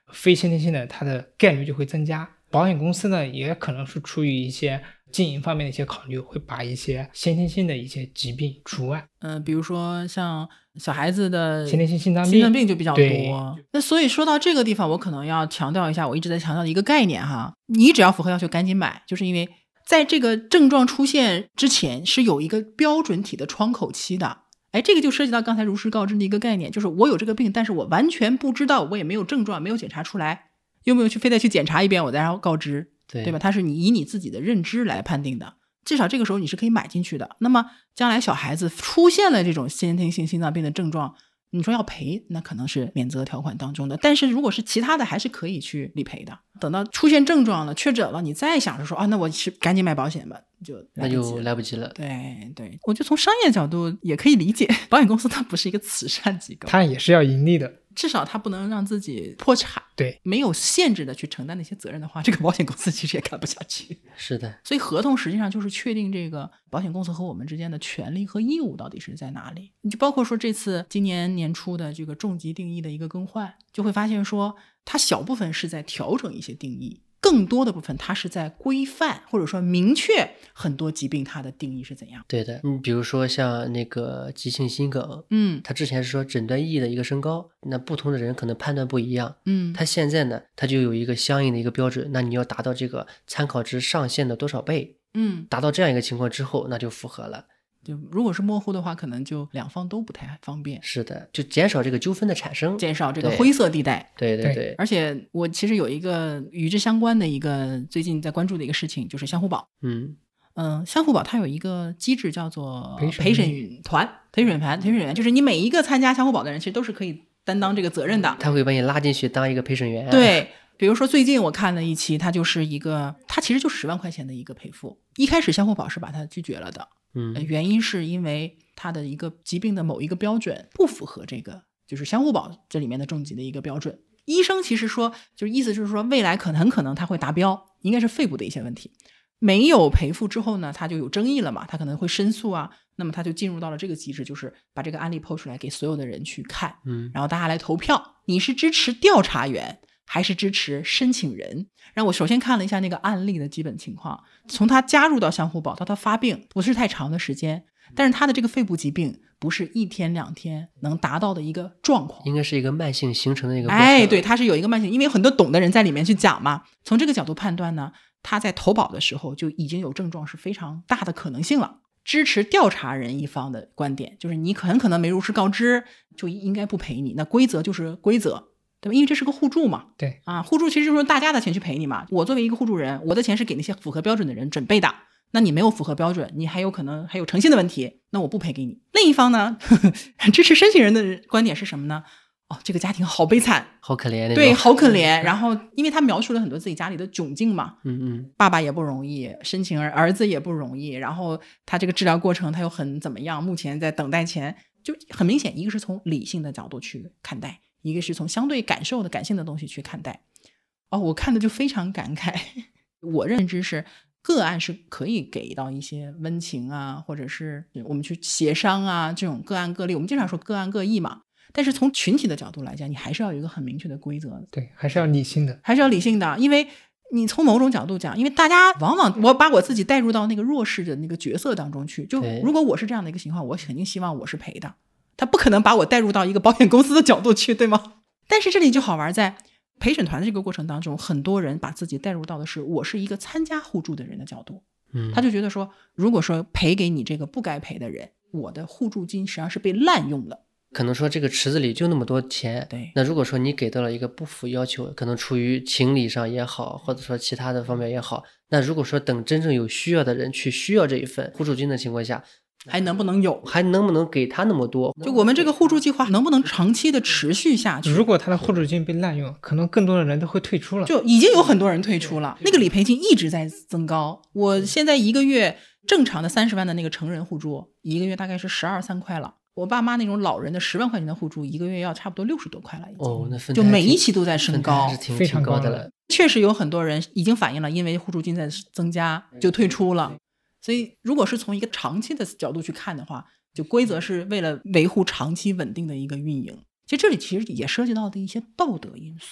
非先天性的它的概率就会增加。保险公司呢，也可能是出于一些经营方面的一些考虑，会把一些先天性的一些疾病除外。 比如说像小孩子的先天性心脏病就比较多。那所以说到这个地方，我可能要强调一下我一直在强调的一个概念哈，你只要符合要求赶紧买，就是因为在这个症状出现之前是有一个标准体的窗口期的。这个就涉及到刚才如实告知的一个概念，就是我有这个病，但是我完全不知道，我也没有症状，没有检查出来，又没有非得去检查一遍我再然后告知，对吧？它是以你自己的认知来判定的，至少这个时候你是可以买进去的。那么将来小孩子出现了这种先天性心脏病的症状，你说要赔，那可能是免责条款当中的，但是如果是其他的还是可以去理赔的。等到出现症状了，确诊了，你再想着说那我是赶紧买保险吧，那就来不及了。 对，我觉得从商业角度也可以理解，保险公司它不是一个慈善机构， 它也是要盈利的， 至少它不能让自己破产。 对， 没有限制的去承担那些责任的话，这个保险公司其实也干不下去。 是的， 所以合同实际上就是确定这个保险公司和我们之间的权利和义务到底是在哪里。你就包括说这次今年年初的这个重疾定义的一个更换，就会发现说它小部分是在调整一些定义，更多的部分它是在规范或者说明确很多疾病它的定义是怎样。 对的，比如说像那个急性心梗，它之前是说诊断意义的一个升高，那不同的人可能判断不一样，它现在呢，它就有一个相应的一个标准，那你要达到这个参考值上限的多少倍，达到这样一个情况之后，那就符合了。 就如果是模糊的话，可能就两方都不太方便。 是的，就减少这个纠纷的产生， 减少这个灰色地带。 对。 而且我其实有一个与之相关的一个最近在关注的一个事情，就是相互保。相互保它有一个机制叫做陪审团，就是你每一个参加相互保的人其实都是可以担当这个责任的， 他会把你拉进去当一个陪审员。 对，比如说最近我看了一期，它其实就10万块钱的一个赔付，一开始相互保是把它拒绝了的。原因是因为它的一个疾病的某一个标准不符合这个就是相互保这里面的重疾的一个标准。医生其实说就是意思就是说未来很可能它会达标，应该是肺部的一些问题。没有赔付之后呢，它就有争议了嘛，它可能会申诉啊，那么它就进入到了这个机制，就是把这个案例抛出来给所有的人去看，然后大家来投票，你是支持调查员还是支持申请人。然后我首先看了一下那个案例的基本情况，从他加入到相互保到他发病不是太长的时间，但是他的这个肺部疾病不是1天2天能达到的一个状况， 应该是一个慢性形成的一个过程。 对，它是有一个慢性，因为有很多懂的人在里面去讲嘛。从这个角度判断呢，他在投保的时候就已经有症状是非常大的可能性了。支持调查人一方的观点就是你很可能没如实告知，就应该不赔你，那规则就是规则，对吧？因为这是个互助嘛。 对互助其实就是大家的钱去赔你嘛。我作为一个互助人，我的钱是给那些符合标准的人准备的，那你没有符合标准，你还有可能还有诚信的问题，那我不赔给你。另一方呢支持申请人的观点是什么呢？这个家庭好悲惨， 好可怜， 对，好可怜。然后因为他描述了很多自己家里的窘境嘛，爸爸也不容易，申请儿子也不容易，然后他这个治疗过程他又很怎么样，目前在等待前，就很明显，一个是从理性的角度去看待，一个是从相对感受的感性的东西去看待。我看的就非常感慨。我认知是个案是可以给到一些温情啊，或者是我们去协商啊，这种个案个例，我们经常说个案个异嘛。但是从群体的角度来讲，你还是要有一个很明确的规则的。 对，还是要理性的， 因为你从某种角度讲，因为大家往往我把我自己带入到那个弱势的那个角色当中去，就如果我是这样的一个情况，我肯定希望我是赔的，他不可能把我带入到一个保险公司的角度去，对吗？但是这里就好玩在陪审团的这个过程当中，很多人把自己带入到的是我是一个参加互助的人的角度，他就觉得说，如果说赔给你这个不该赔的人，我的互助金实际上是被滥用了。 可能说这个池子里就那么多钱， 对， 那如果说你给到了一个不符要求，可能出于情理上也好，或者说其他的方面也好，那如果说等真正有需要的人去需要这一份互助金的情况下， 还能不能给他那么多？就我们这个互助计划能不能长期的持续下去？ 如果他的互助金被滥用，可能更多的人都会退出了。 就已经有很多人退出了，那个理赔金一直在增高。我现在一个月正常的30万的那个成人互助，一个月大概是12、13块了。我爸妈那种老人的10万块钱的互助，一个月要差不多60多块了已经。 那分就每一期都在升高， 非常高的了。 确实有很多人已经反映了，因为互助金在增加就退出了。所以如果是从一个长期的角度去看的话，就规则是为了维护长期稳定的一个运营。其实这里其实也涉及到的一些道德因素。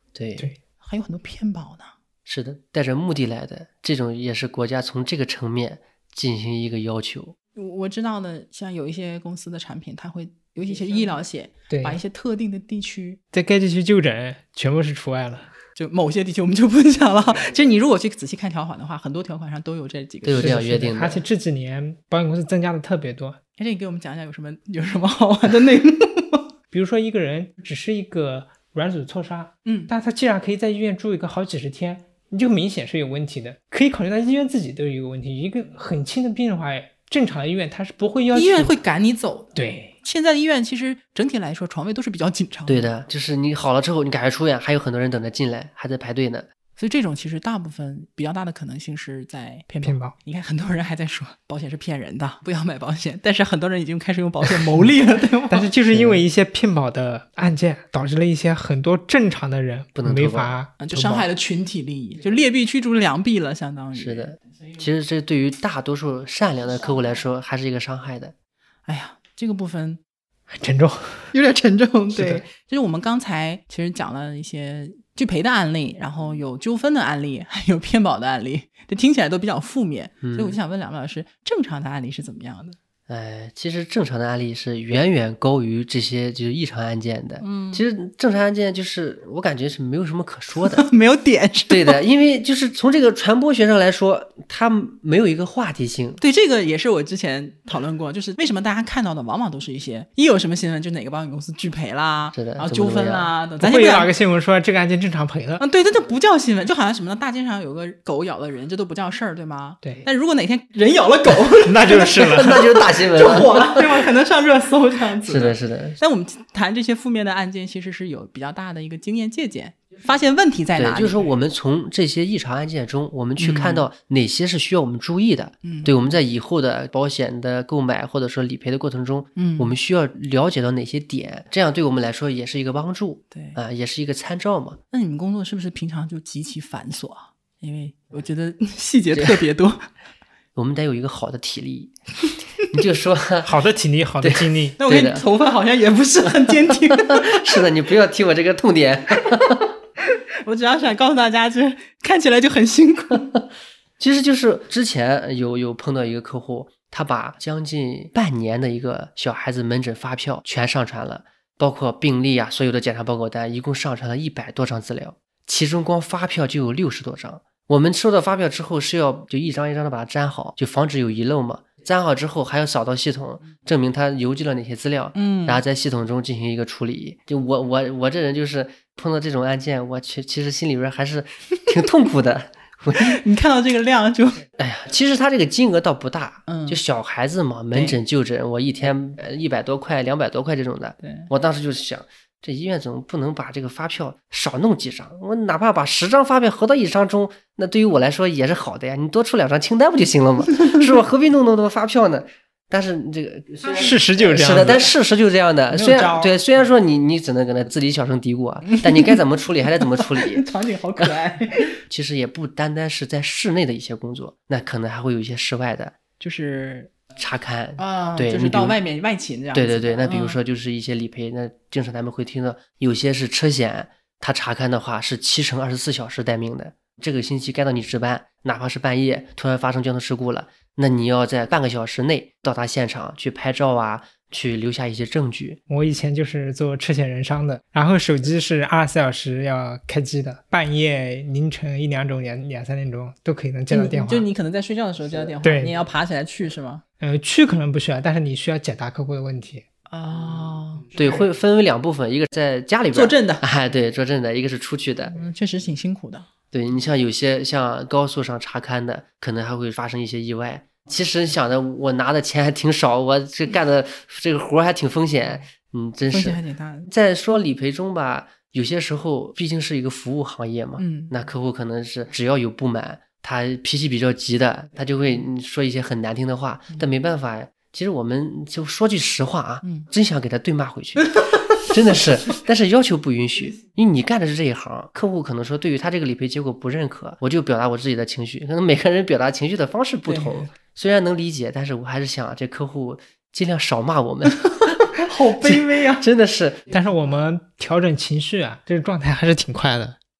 对， 还有很多骗保呢。 是的，带着目的来的，这种也是国家从这个层面进行一个要求。 我知道的，像有一些公司的产品，它会有一些医疗险， 对， 把一些特定的地区， 在该地区就诊全部是除外了。 就某些地区我们就不讲了。其实你如果去仔细看条款的话，很多条款上都有这几个， 都有这样约定的。 而且这几年保险公司增加的特别多。 而且你给我们讲讲有什么好玩的内容？ 比如说一个人只是一个软组挫伤，但他既然可以在医院住一个好几十天，你就明显是有问题的，可以考虑到医院自己都有一个问题。一个很轻的病人的话，正常的医院他是不会要求， 医院会赶你走的。 对， 现在的医院其实整体来说床位都是比较紧张的。 对的，就是你好了之后你赶快出院，还有很多人等着进来，还在排队呢。 所以这种其实大部分比较大的可能性是在骗保。你看很多人还在说保险是骗人的，不要买保险，但是很多人已经开始用保险牟利了，对吗？ 但是就是因为一些骗保的案件，导致了一些很多正常的人不能没法， 就伤害了群体利益，就劣币驱逐良币了，相当于。 是的，其实这对于大多数善良的客户来说还是一个伤害的。 哎呀，这个部分很沉重， 有点沉重。对，就是我们刚才其实讲了一些拒赔的案例，然后有纠纷的案例，还有骗保的案例，这听起来都比较负面。所以我就想问两位老师，正常的案例是怎么样的？ 其实正常的案例是远远高于这些就是异常案件的。其实正常案件就是我感觉是没有什么可说的， 没有点是吧？ 对的，因为就是从这个传播学上来说，它没有一个话题性。 对，这个也是我之前讨论过，就是为什么大家看到的往往都是一些一有什么新闻就哪个保险公司拒赔啦， 是的， 然后纠纷啦， 不会有哪个新闻说这个案件正常赔了。 对，这就不叫新闻，就好像什么呢？大街上有个狗咬了人，这都不叫事儿，对吗？ 对。 但如果哪天人咬了狗， 那就是了， 那就是大新闻了， 就火了。对吧？可能上热搜这样子。 是的，是的。 但我们谈这些负面的案件，其实是有比较大的一个经验借鉴，发现问题在哪里。 对，就是说我们从这些异常案件中，我们去看到哪些是需要我们注意的。对，我们在以后的保险的购买或者说理赔的过程中，我们需要了解到哪些点，这样对我们来说也是一个帮助。 对也是一个参照嘛。 那你们工作是不是平常就极其繁琐？因为我觉得细节特别多。 我们得有一个好的体力。你就说好的体力，好的精力。 那我看头发好像也不是很坚挺。 是的，你不要提我这个痛点。 我主要想告诉大家，就是看起来就很辛苦。 其实就是之前有碰到一个客户，他把将近半年的一个小孩子门诊发票全上传了，包括病历啊，所有的检查报告单，一共上传了100多张资料，其中光发票就有60多张。我们收到发票之后是要就一张一张的把它粘好，就防止有遗漏嘛。粘好之后还要扫到系统，证明他邮寄了哪些资料，然后在系统中进行一个处理。就我这人就是碰到这种案件，我其实心里边还是挺痛苦的。 你看到这个量就， 哎呀，其实他这个金额倒不大，就小孩子嘛，门诊就诊，我一天100多块、200多块这种的。我当时就想，这医院总不能把这个发票少弄几张，我哪怕把10张发票合到1张中，那对于我来说也是好的呀。你多出2张清单不就行了吗？是吧？何必弄那么多发票呢？但是这个事实就是这样的， 是的，但事实就是这样的。虽然说你只能跟他自己小声嘀咕啊，但你该怎么处理还得怎么处理。 场景好可爱。 其实也不单单是在室内的一些工作，那可能还会有一些室外的， 就是查看啊， 对， 就是到外面外勤这样。 对，那比如说就是一些理赔，那经常咱们会听到有些是车险，他查看的话是7乘24小时待命的。这个星期该到你值班，哪怕是半夜突然发生交通事故了，那你要在半个小时内到达现场去拍照啊，去留下一些证据。 我以前就是做车险人伤的，然后手机是24小时要开机的，半夜凌晨1、2种、2、3点钟都可以能接到电话。 就你可能在睡觉的时候接到电话， 对， 你也要爬起来去是吗？ 去可能不需要，但是你需要解答客户的问题。 对，会分为2部分，一个在家里边坐镇的， 对，坐镇的，一个是出去的。 确实挺辛苦的。 对，你像有些像高速上查勘的，可能还会发生一些意外。其实想着我拿的钱还挺少，我这干的这个活还挺风险，真是风险还挺大的。 在说理赔中吧，有些时候毕竟是一个服务行业嘛，那客户可能是只要有不满，他脾气比较急的，他就会说一些很难听的话，但没办法，其实我们就说句实话啊，真想给他对骂回去。真的是，但是要求不允许，因为你干的是这一行，客户可能说对于他这个理赔结果不认可，我就表达我自己的情绪，可能每个人表达情绪的方式不同，虽然能理解，但是我还是想这客户尽量少骂我们。 好卑微啊， 真的是。 但是我们调整情绪啊，这个状态还是挺快的。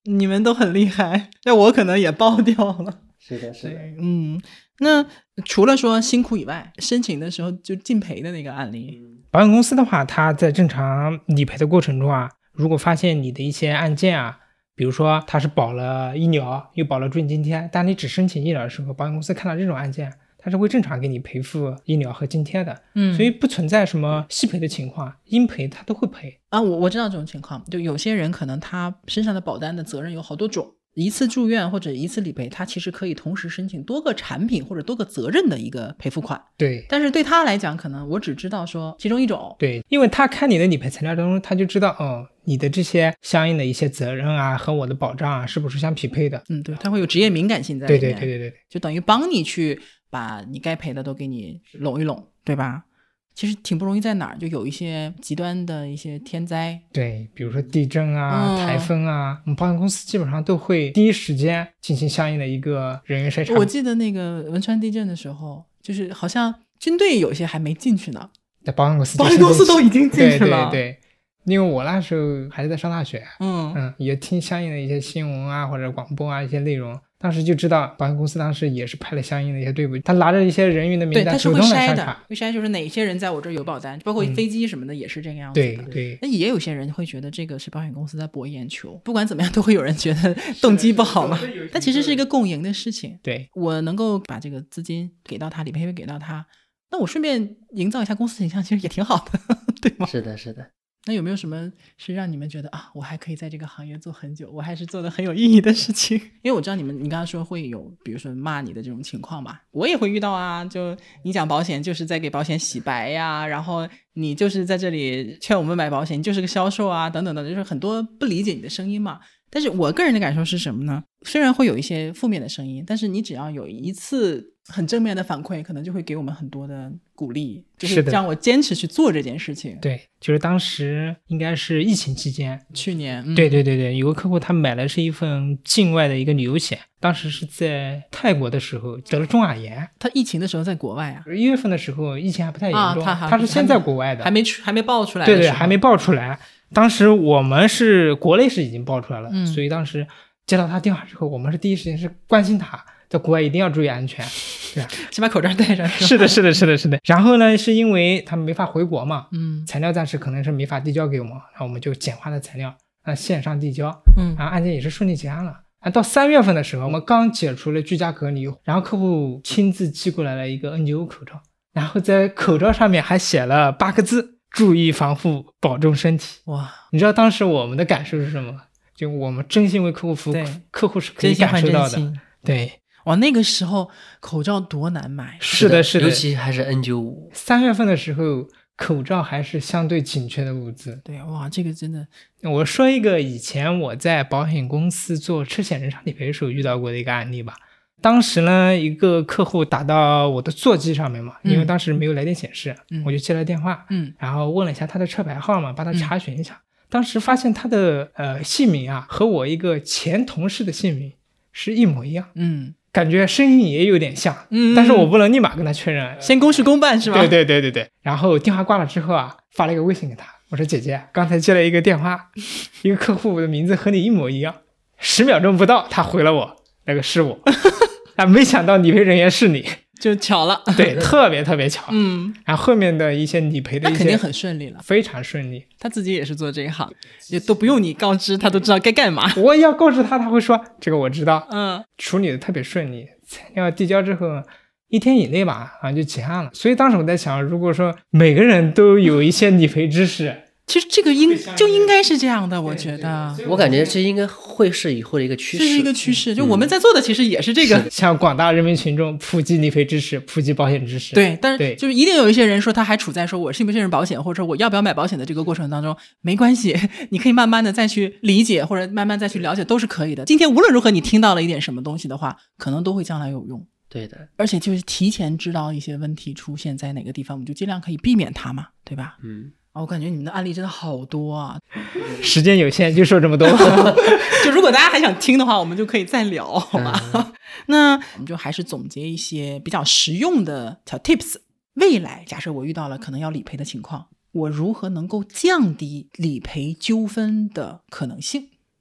你们都很厉害，那我可能也爆掉了。 是的，是的。 那除了说辛苦以外，申请的时候就竞赔的那个案例， 保险公司的话，它在正常理赔的过程中啊，如果发现你的一些案件啊，比如说它是保了医疗又保了住院津贴，但你只申请医疗的时候，保险公司看到这种案件，它是会正常给你赔付医疗和津贴的。所以不存在什么息赔的情况，应赔它都会赔啊。我知道这种情况，就有些人可能他身上的保单的责任有好多种，一次住院或者一次理赔，他其实可以同时申请多个产品或者多个责任的一个赔付款。 对， 但是对他来讲，可能我只知道说其中一种。 对，因为他看你的理赔材料中，他就知道你的这些相应的一些责任啊和我的保障啊是不是相匹配的。 对，他会有职业敏感性在里面。 对， 就等于帮你去把你该赔的都给你拢一拢，对吧？其实挺不容易在哪儿，就有一些极端的一些天灾， 对，比如说地震啊、台风啊，我们保险公司基本上都会第一时间进行相应的一个人员筛查。 我记得那个汶川地震的时候，就是好像军队有些还没进去呢， 保险公司都已经进去了。 对，因为我那时候还是在上大学，也听相应的一些新闻啊或者广播啊一些内容。当时就知道保险公司当时也是派了相应的一些队伍，他拿着一些人员的名单主动来筛查， 会筛就是哪些人在我这儿有保单，包括飞机什么的也是这个样子的。 对， 那也有些人会觉得这个是保险公司在博眼球，不管怎么样都会有人觉得动机不好嘛。但其实是一个共赢的事情。 对， 我能够把这个资金给到他，理赔给到他，那我顺便营造一下公司形象，其实也挺好的，对吗？ 是的，是的。 那有没有什么是让你们觉得啊，我还可以在这个行业做很久，我还是做的很有意义的事情？因为我知道你刚刚说会有比如说骂你的这种情况嘛，我也会遇到啊，就你讲保险就是在给保险洗白呀，然后你就是在这里劝我们买保险，你就是个销售啊等等等，就是很多不理解你的声音嘛。但是我个人的感受是什么呢？虽然会有一些负面的声音，但是你只要有一次很正面的反馈，可能就会给我们很多的鼓励，就是让我坚持去做这件事情。 对，就是当时应该是疫情期间， 去年， 对，有个客户他买的是一份境外的一个旅游险，当时是在泰国的时候得了中耳炎。 他疫情的时候在国外啊 ，1月份的时候疫情还不太严重， 他是先在国外的， 还没爆出来。 对，还没爆出来。当时我们是国内是已经爆出来了，所以当时接到他电话之后，我们是第一时间是关心他，在国外一定要注意安全，对吧？ 先把口罩戴上。 是的。然后呢，是因为他们没法回国嘛，材料暂时可能是没法递交给我们，然后我们就简化的材料，线上递交，然后案件也是顺利结案了。到3月份的时候，我们刚解除了居家隔离，然后客户亲自寄过来了一个 N95 口罩，然后在口罩上面还写了8个字：注意防护，保重身体。 哇！ 你知道当时我们的感受是什么？就我们真心为客户服务，客户是可以感受到的。对， 哇，那个时候口罩多难买。 是的， 尤其还是 N95。 3月份的时候，口罩还是相对紧缺的物资。 对，哇，这个真的。 我说一个以前我在保险公司做车险人伤理赔时候遇到过的一个案例吧。当时呢，一个客户打到我的座机上面嘛，因为当时没有来电显示，我就接了电话，然后问了一下他的车牌号嘛，帮他查询一下。当时发现他的姓名啊，和我一个前同事的姓名是一模一样，感觉声音也有点像，但是我不能立马跟他确认， 先公事公办是吧？ 对。然后电话挂了之后啊，发了一个微信给他，我说姐姐，刚才接了一个电话，一个客户的名字和你一模一样，10秒钟不到，他回了我，那个是我。没想到理赔人员是你， 就巧了。 对，特别巧。然后后面的一些理赔的一些， 那肯定很顺利了， 非常顺利。 他自己也是做这一行，也都不用你告知，他都知道该干嘛。 我也要告知他，他会说这个我知道。处理的特别顺利，材料递交之后1天以内吧，就结案了。所以当时我在想，如果说每个人都有一些理赔知识。 其实这个就应该是这样的，我觉得。 我感觉这应该会是以后的一个趋势。 这是一个趋势，就我们在做的其实也是这个， 向广大人民群众普及理赔知识，普及保险知识。 对，但是就是一定有一些人说他还处在说我信不信任保险，或者说我要不要买保险的这个过程当中，没关系，你可以慢慢的再去理解，或者慢慢再去了解，都是可以的。今天无论如何你听到了一点什么东西的话，可能都会将来有用。 对的， 而且就是提前知道一些问题出现在哪个地方，我们就尽量可以避免它嘛，对吧？我感觉你们的案例真的好多啊， 时间有限就说这么多。 就如果大家还想听的话，我们就可以再聊，好吧？那我们就还是总结一些比较实用的小 tips。未来假设我遇到了可能要理赔的情况，我如何能够降低理赔纠纷的可能性？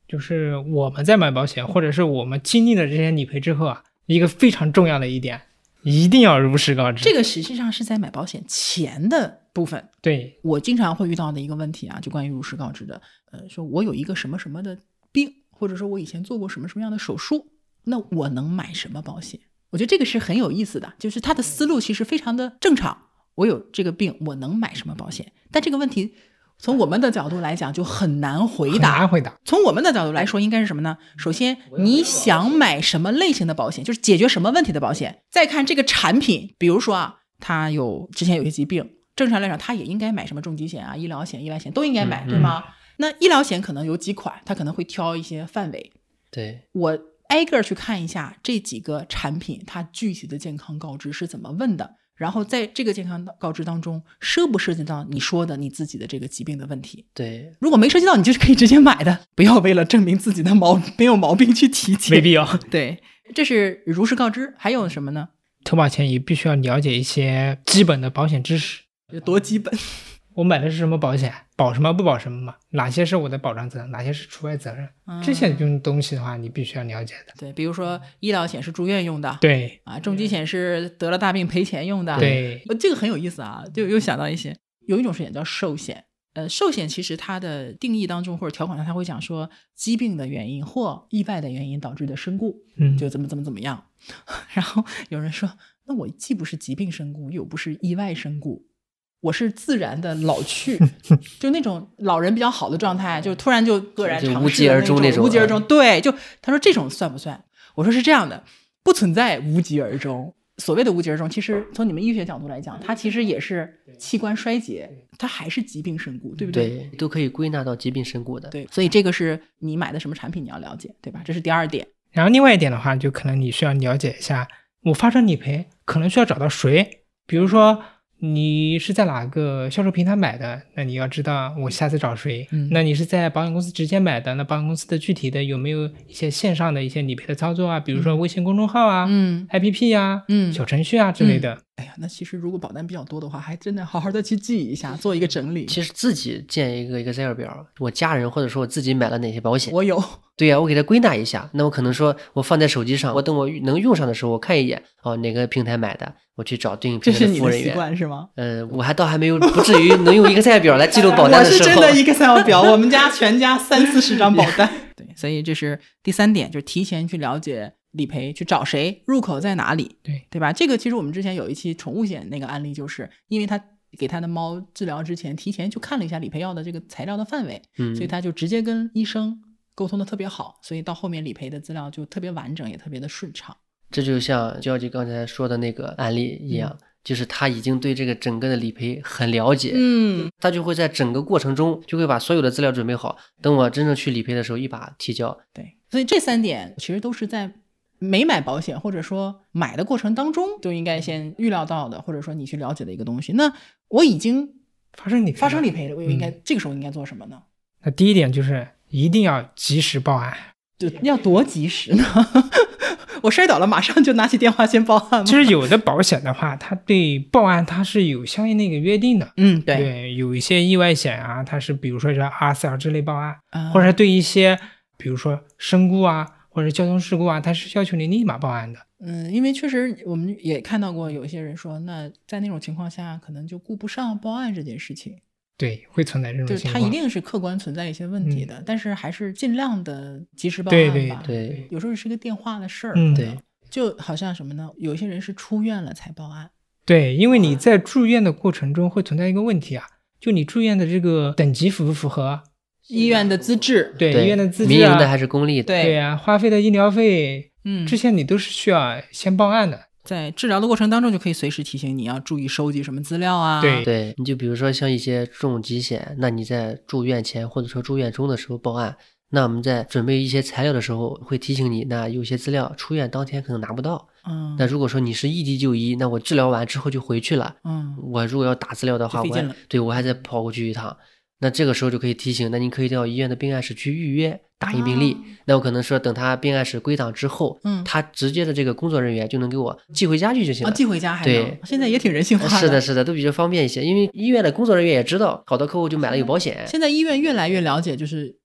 就是我们在买保险，或者是我们经历了这些理赔之后啊，一个非常重要的一点，一定要如实告知。 这个实际上是在买保险前的部分。 对， 我经常会遇到的一个问题啊，就关于如实告知的，说我有一个什么什么的病，或者说我以前做过什么什么样的手术，那我能买什么保险？我觉得这个是很有意思的，就是他的思路其实非常的正常。我有这个病，我能买什么保险？但这个问题从我们的角度来讲就很难回答。 很难回答。 从我们的角度来说，应该是什么呢？首先，你想买什么类型的保险，就是解决什么问题的保险。再看这个产品，比如说啊，他之前有些疾病，正常来讲他也应该买什么重疾险啊、医疗险、意外险都应该买，对吗？那医疗险可能有几款，他可能会挑一些范围。 对， 我挨个去看一下这几个产品它具体的健康告知是怎么问的，然后在这个健康告知当中涉不涉及到你说的你自己的这个疾病的问题。 对， 如果没涉及到，你就是可以直接买的，不要为了证明自己的没有毛病去体检， 没必要。 对，这是如实告知。还有什么呢？ 投保前也必须要了解一些基本的保险知识。 有多基本？ 我买的是什么保险，保什么不保什么嘛？哪些是我的保障责任，哪些是除外责任？这些东西的话，你必须要了解的。 对，比如说医疗险是住院用的， 对啊，重疾险是得了大病赔钱用的， 对， 这个很有意思啊，就又想到一些，有一种险叫寿险。寿险其实它的定义当中或者条款上，它会讲说疾病的原因或意外的原因导致的身故，就怎么样。然后有人说，那我既不是疾病身故，又不是意外身故，我是自然的老去，就那种老人比较好的状态，就突然就愕然长逝， 无疾而终那种。 无疾而终，对，就他说这种算不算？我说是这样的，不存在无疾而终。所谓的无疾而终，其实从你们医学角度来讲，它其实也是器官衰竭，它还是疾病身故，对不对？ 对，都可以归纳到疾病身故的。 对，所以这个是你买的什么产品你要了解，对吧？这是第二点。 然后另外一点的话，就可能你需要了解一下，我发生理赔可能需要找到谁，比如说你是在哪个销售平台买的，那你要知道我下次找谁。那你是在保险公司直接买的，那保险公司的具体的有没有一些线上的一些理赔的操作啊，比如说微信公众号啊、APP 啊、小程序啊之类的。 哎呀，那其实如果保单比较多的话，还真的好好的去记一下，做一个整理。 其实自己建一个 Excel 表，我家人或者说我自己买了哪些保险， 我有。 对呀，我给它归纳一下。那我可能说我放在手机上，我等我能用上的时候，我看一眼，哪个平台买的，我去找对应平台的服务人员。这是你的习惯是吗？ 我还倒还没有，不至于能用 Excel 表来记录保单的时候。 我是真的 Excel 表，我们家全家30-40张保单。对，所以这是第3点，就是提前去了解理赔，去找谁，入口在哪里，对吧？这个其实我们之前有一期宠物险那个案例，就是因为他给他的猫治疗之前，提前就看了一下理赔药的这个材料的范围，所以他就直接跟医生沟通的特别好，所以到后面理赔的资料就特别完整，也特别的顺畅。 这就像焦姐刚才说的那个案例一样，就是他已经对这个整个的理赔很了解，他就会在整个过程中就会把所有的资料准备好，等我真正去理赔的时候一把提交。 对，所以这3点其实都是在没买保险或者说买的过程当中就应该先预料到的，或者说你去了解的一个东西。那我已经发生理赔了，我应该这个时候应该做什么呢？ 那第一点就是一定要及时报案。 就要多及时呢？我摔倒了马上就拿起电话先报案吗？ 其实有的保险的话，它对报案它是有相应的一个约定的。对，有一些意外险啊，它是比如说是RCL之类报案，或者对一些比如说身故啊或者交通事故啊，它是要求你立马报案的。 因为确实我们也看到过有一些人说，那在那种情况下可能就顾不上报案这件事情。 对，会存在这种情况， 它一定是客观存在一些问题的，但是还是尽量的及时报案吧。 对， 有时候是个电话的事儿。 对， 就好像什么呢？有些人是出院了才报案。 对，因为你在住院的过程中会存在一个问题啊，就你住院的这个等级符不符合医院的资质？ 对，医院的资质民营的还是公立的？ 对啊，花费的医疗费，这些你都是需要先报案的。 在治疗的过程当中就可以随时提醒你要注意收集什么资料啊。 对，你就比如说像一些重疾险，那你在住院前或者说住院中的时候报案，那我们在准备一些材料的时候会提醒你，那有些资料出院当天可能拿不到。那如果说你是异地就医，那我治疗完之后就回去了，我如果要打资料的话，我还得跑过去一趟，那这个时候就可以提醒，那你可以到医院的病案室去预约打印病历。那我可能说等他病案室归档之后，他直接的这个工作人员就能给我寄回家去就行了。 寄回家还能？对，现在也挺人性化的。是的，都比较方便一些，因为医院的工作人员也知道好多客户就买了有保险。 现在医院越来越了解就是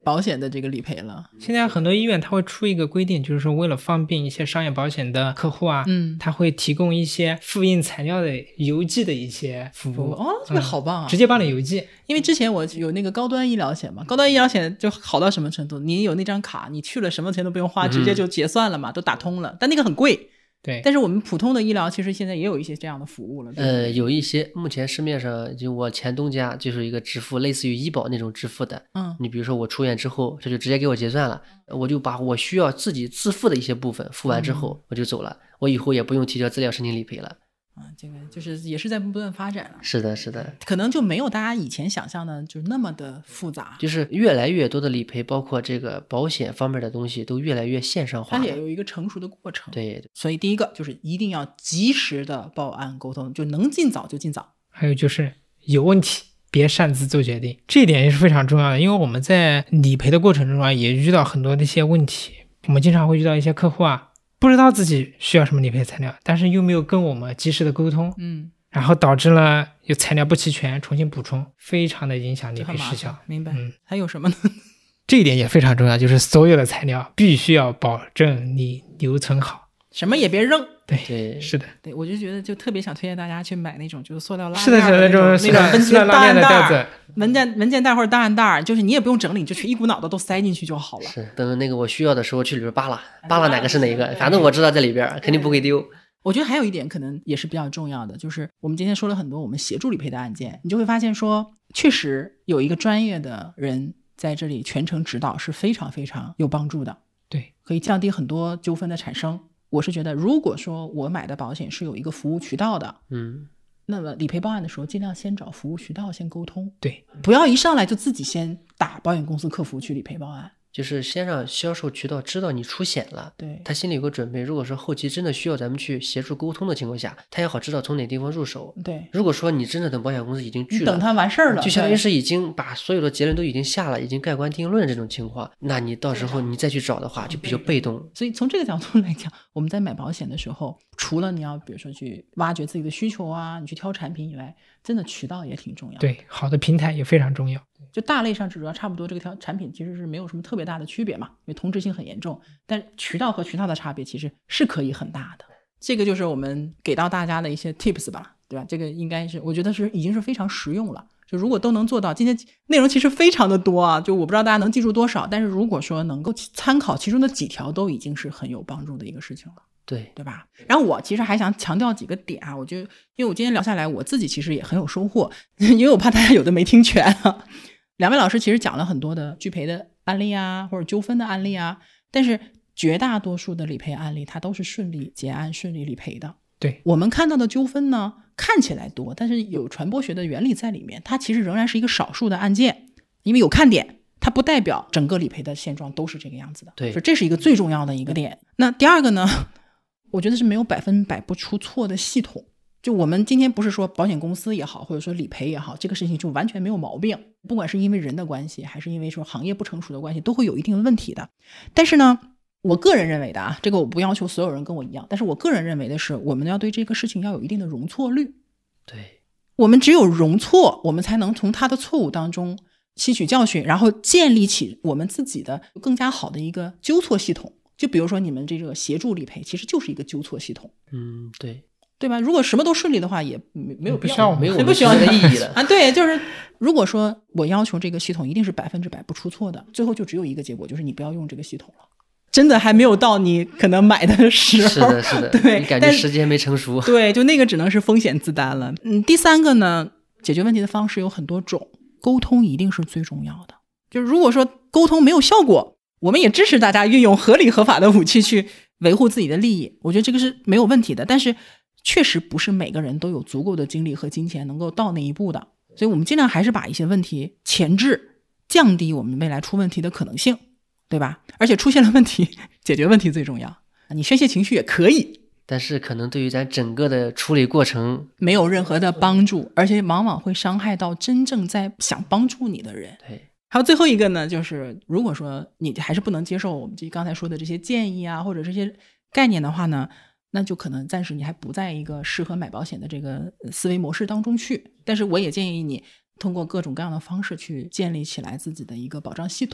保险的这个理赔了。 现在很多医院它会出一个规定，就是说为了方便一些商业保险的客户啊，它会提供一些复印材料的邮寄的一些服务。 哦，这个好棒啊！ 直接帮你邮寄。 因为之前我有那个高端医疗险嘛，高端医疗险就好到什么程度？你有那张卡，你去了什么钱都不用花，直接就结算了嘛，都打通了。但那个很贵。 对， 但是我们普通的医疗其实现在也有一些这样的服务了。 有一些目前市面上就我前东家就是一个支付类似于医保那种支付的，你比如说我出院之后，这就直接给我结算了，我就把我需要自己自付的一些部分付完之后我就走了，我以后也不用提交资料申请理赔了。 这个就是也是在不断发展了。 是的，是的， 可能就没有大家以前想象的就那么的复杂， 就是越来越多的理赔，包括这个保险方面的东西都越来越线上化了， 它也有一个成熟的过程。 对， 所以第一个就是一定要及时的报案沟通，就能尽早就尽早。 还有就是有问题别擅自做决定，这一点也是非常重要的。因为我们在理赔的过程中啊，也遇到很多的一些问题，我们经常会遇到一些客户啊，不知道自己需要什么理赔材料，但是又没有跟我们及时的沟通，然后导致了有材料不齐全，重新补充，非常的影响理赔时效。 明白。还有什么呢？ 这一点也非常重要，就是所有的材料必须要保证你留存好， 什么也别扔。 对， 是的。 对，我就觉得就特别想推荐大家去买那种就是塑料拉是的，那种塑料拉链的袋子， 文件袋或者档案袋，就是你也不用整理，你就去一股脑的都塞进去就好了。 是，等那个我需要的时候去里边扒拉哪个是哪个，反正我知道在里边肯定不会丢。 我觉得还有一点可能也是比较重要的，就是我们今天说了很多我们协助理赔的案件，你就会发现说确实有一个专业的人在这里全程指导是非常非常有帮助的。 对， 可以降低很多纠纷的产生。我是觉得如果说我买的保险是有一个服务渠道的，那么理赔报案的时候尽量先找服务渠道先沟通。 对， 不要一上来就自己先打保险公司客服去理赔报案， 就是先让销售渠道知道你出险了， 对， 他心里有个准备。如果说后期真的需要咱们去协助沟通的情况下，他也好知道从哪地方入手。 对， 如果说你真的等保险公司已经拒了， 等他完事儿了， 就相当于是已经把所有的结论都已经下了，已经盖棺定论这种情况，那你到时候你再去找的话就比较被动。 所以从这个角度来讲，我们在买保险的时候，除了你要比如说去挖掘自己的需求啊，你去挑产品以外，真的渠道也挺重要的。 对，好的平台也非常重要。 就大类上主要差不多，这个产品其实是没有什么特别大的区别嘛，因为同质性很严重，但渠道和渠道的差别其实是可以很大的。这个就是我们给到大家的一些 tips 吧，对吧？这个应该是我觉得是已经是非常实用了。就如果都能做到，今天内容其实非常的多啊，就我不知道大家能记住多少，但是如果说能够参考其中的几条，都已经是很有帮助的一个事情了。对吧？然后我其实还想强调几个点啊，我觉得因为我今天聊下来，我自己其实也很有收获，因为我怕大家有的没听全啊。两位老师其实讲了很多的拒赔的案例啊，或者纠纷的案例啊，但是绝大多数的理赔案例它都是顺利结案、顺利理赔的。 对， 我们看到的纠纷呢，看起来多，但是有传播学的原理在里面，它其实仍然是一个少数的案件，因为有看点，它不代表整个理赔的现状都是这个样子的。 对， 所以这是一个最重要的一个点。那第二个呢，我觉得是没有100%不出错的系统。就我们今天不是说保险公司也好，或者说理赔也好，这个事情就完全没有毛病，不管是因为人的关系，还是因为说行业不成熟的关系，都会有一定的问题的。但是呢，我个人认为的啊，这个我不要求所有人跟我一样，但是我个人认为的是，我们要对这个事情要有一定的容错率。 对， 我们只有容错，我们才能从他的错误当中吸取教训，然后建立起我们自己的更加好的一个纠错系统。就比如说你们这个协助理赔其实就是一个纠错系统。对吧？如果什么都顺利的话，也没有必要， 没有不需要的意义了啊。对，就是如果说我要求这个系统一定是100%不出错的，最后就只有一个结果，就是你不要用这个系统了。真的还没有到你可能买的时候， 是的， 对， 你感觉时间没成熟， 对，就那个只能是风险自担了。第三个呢，解决问题的方式有很多种，沟通一定是最重要的。就如果说沟通没有效果，我们也支持大家运用合理合法的武器去维护自己的利益，我觉得这个是没有问题的。但是确实不是每个人都有足够的精力和金钱能够到那一步的，所以我们尽量还是把一些问题前置，降低我们未来出问题的可能性，对吧？而且出现了问题，解决问题最重要。你宣泄情绪也可以， 但是可能对于咱整个的处理过程没有任何的帮助，而且往往会伤害到真正在想帮助你的人。 对。 还有最后一个呢，就是如果说你还是不能接受我们刚才说的这些建议啊，或者这些概念的话呢，那就可能暂时你还不在一个适合买保险的这个思维模式当中去。但是我也建议你通过各种各样的方式去建立起来自己的一个保障系统。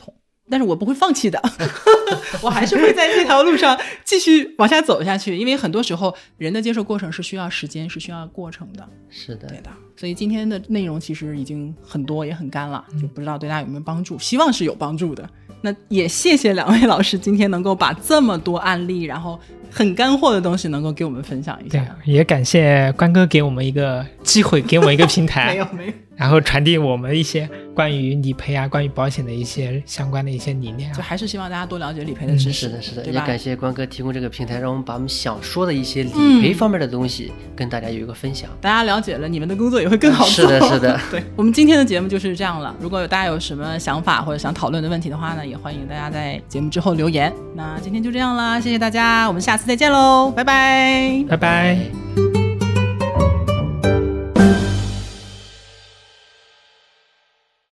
但是我不会放弃的我还是会在这条路上继续往下走下去，因为很多时候人的接受过程是需要时间，是需要过程的。 是的， 对的。所以今天的内容其实已经很多也很干了，就不知道对大家有没有帮助，希望是有帮助的。那也谢谢两位老师今天能够把这么多案例，然后很干货的东西能够给我们分享一下。 对，也感谢关哥给我们一个机会，给我们一个平台没有然后传递我们一些关于理赔啊，关于保险的一些相关的一些理念就还是希望大家多了解理赔的知识。 是的， 对吧？ 也感谢关哥提供这个平台，让我们把我们想说的一些理赔方面的东西跟大家有一个分享。 大家了解了，你们的工作也会更好做。 是的对，我们今天的节目就是这样了。如果大家有什么想法或者想讨论的问题的话呢，也欢迎大家在节目之后留言。那今天就这样啦，谢谢大家，我们下次再见喽，拜拜， 拜拜。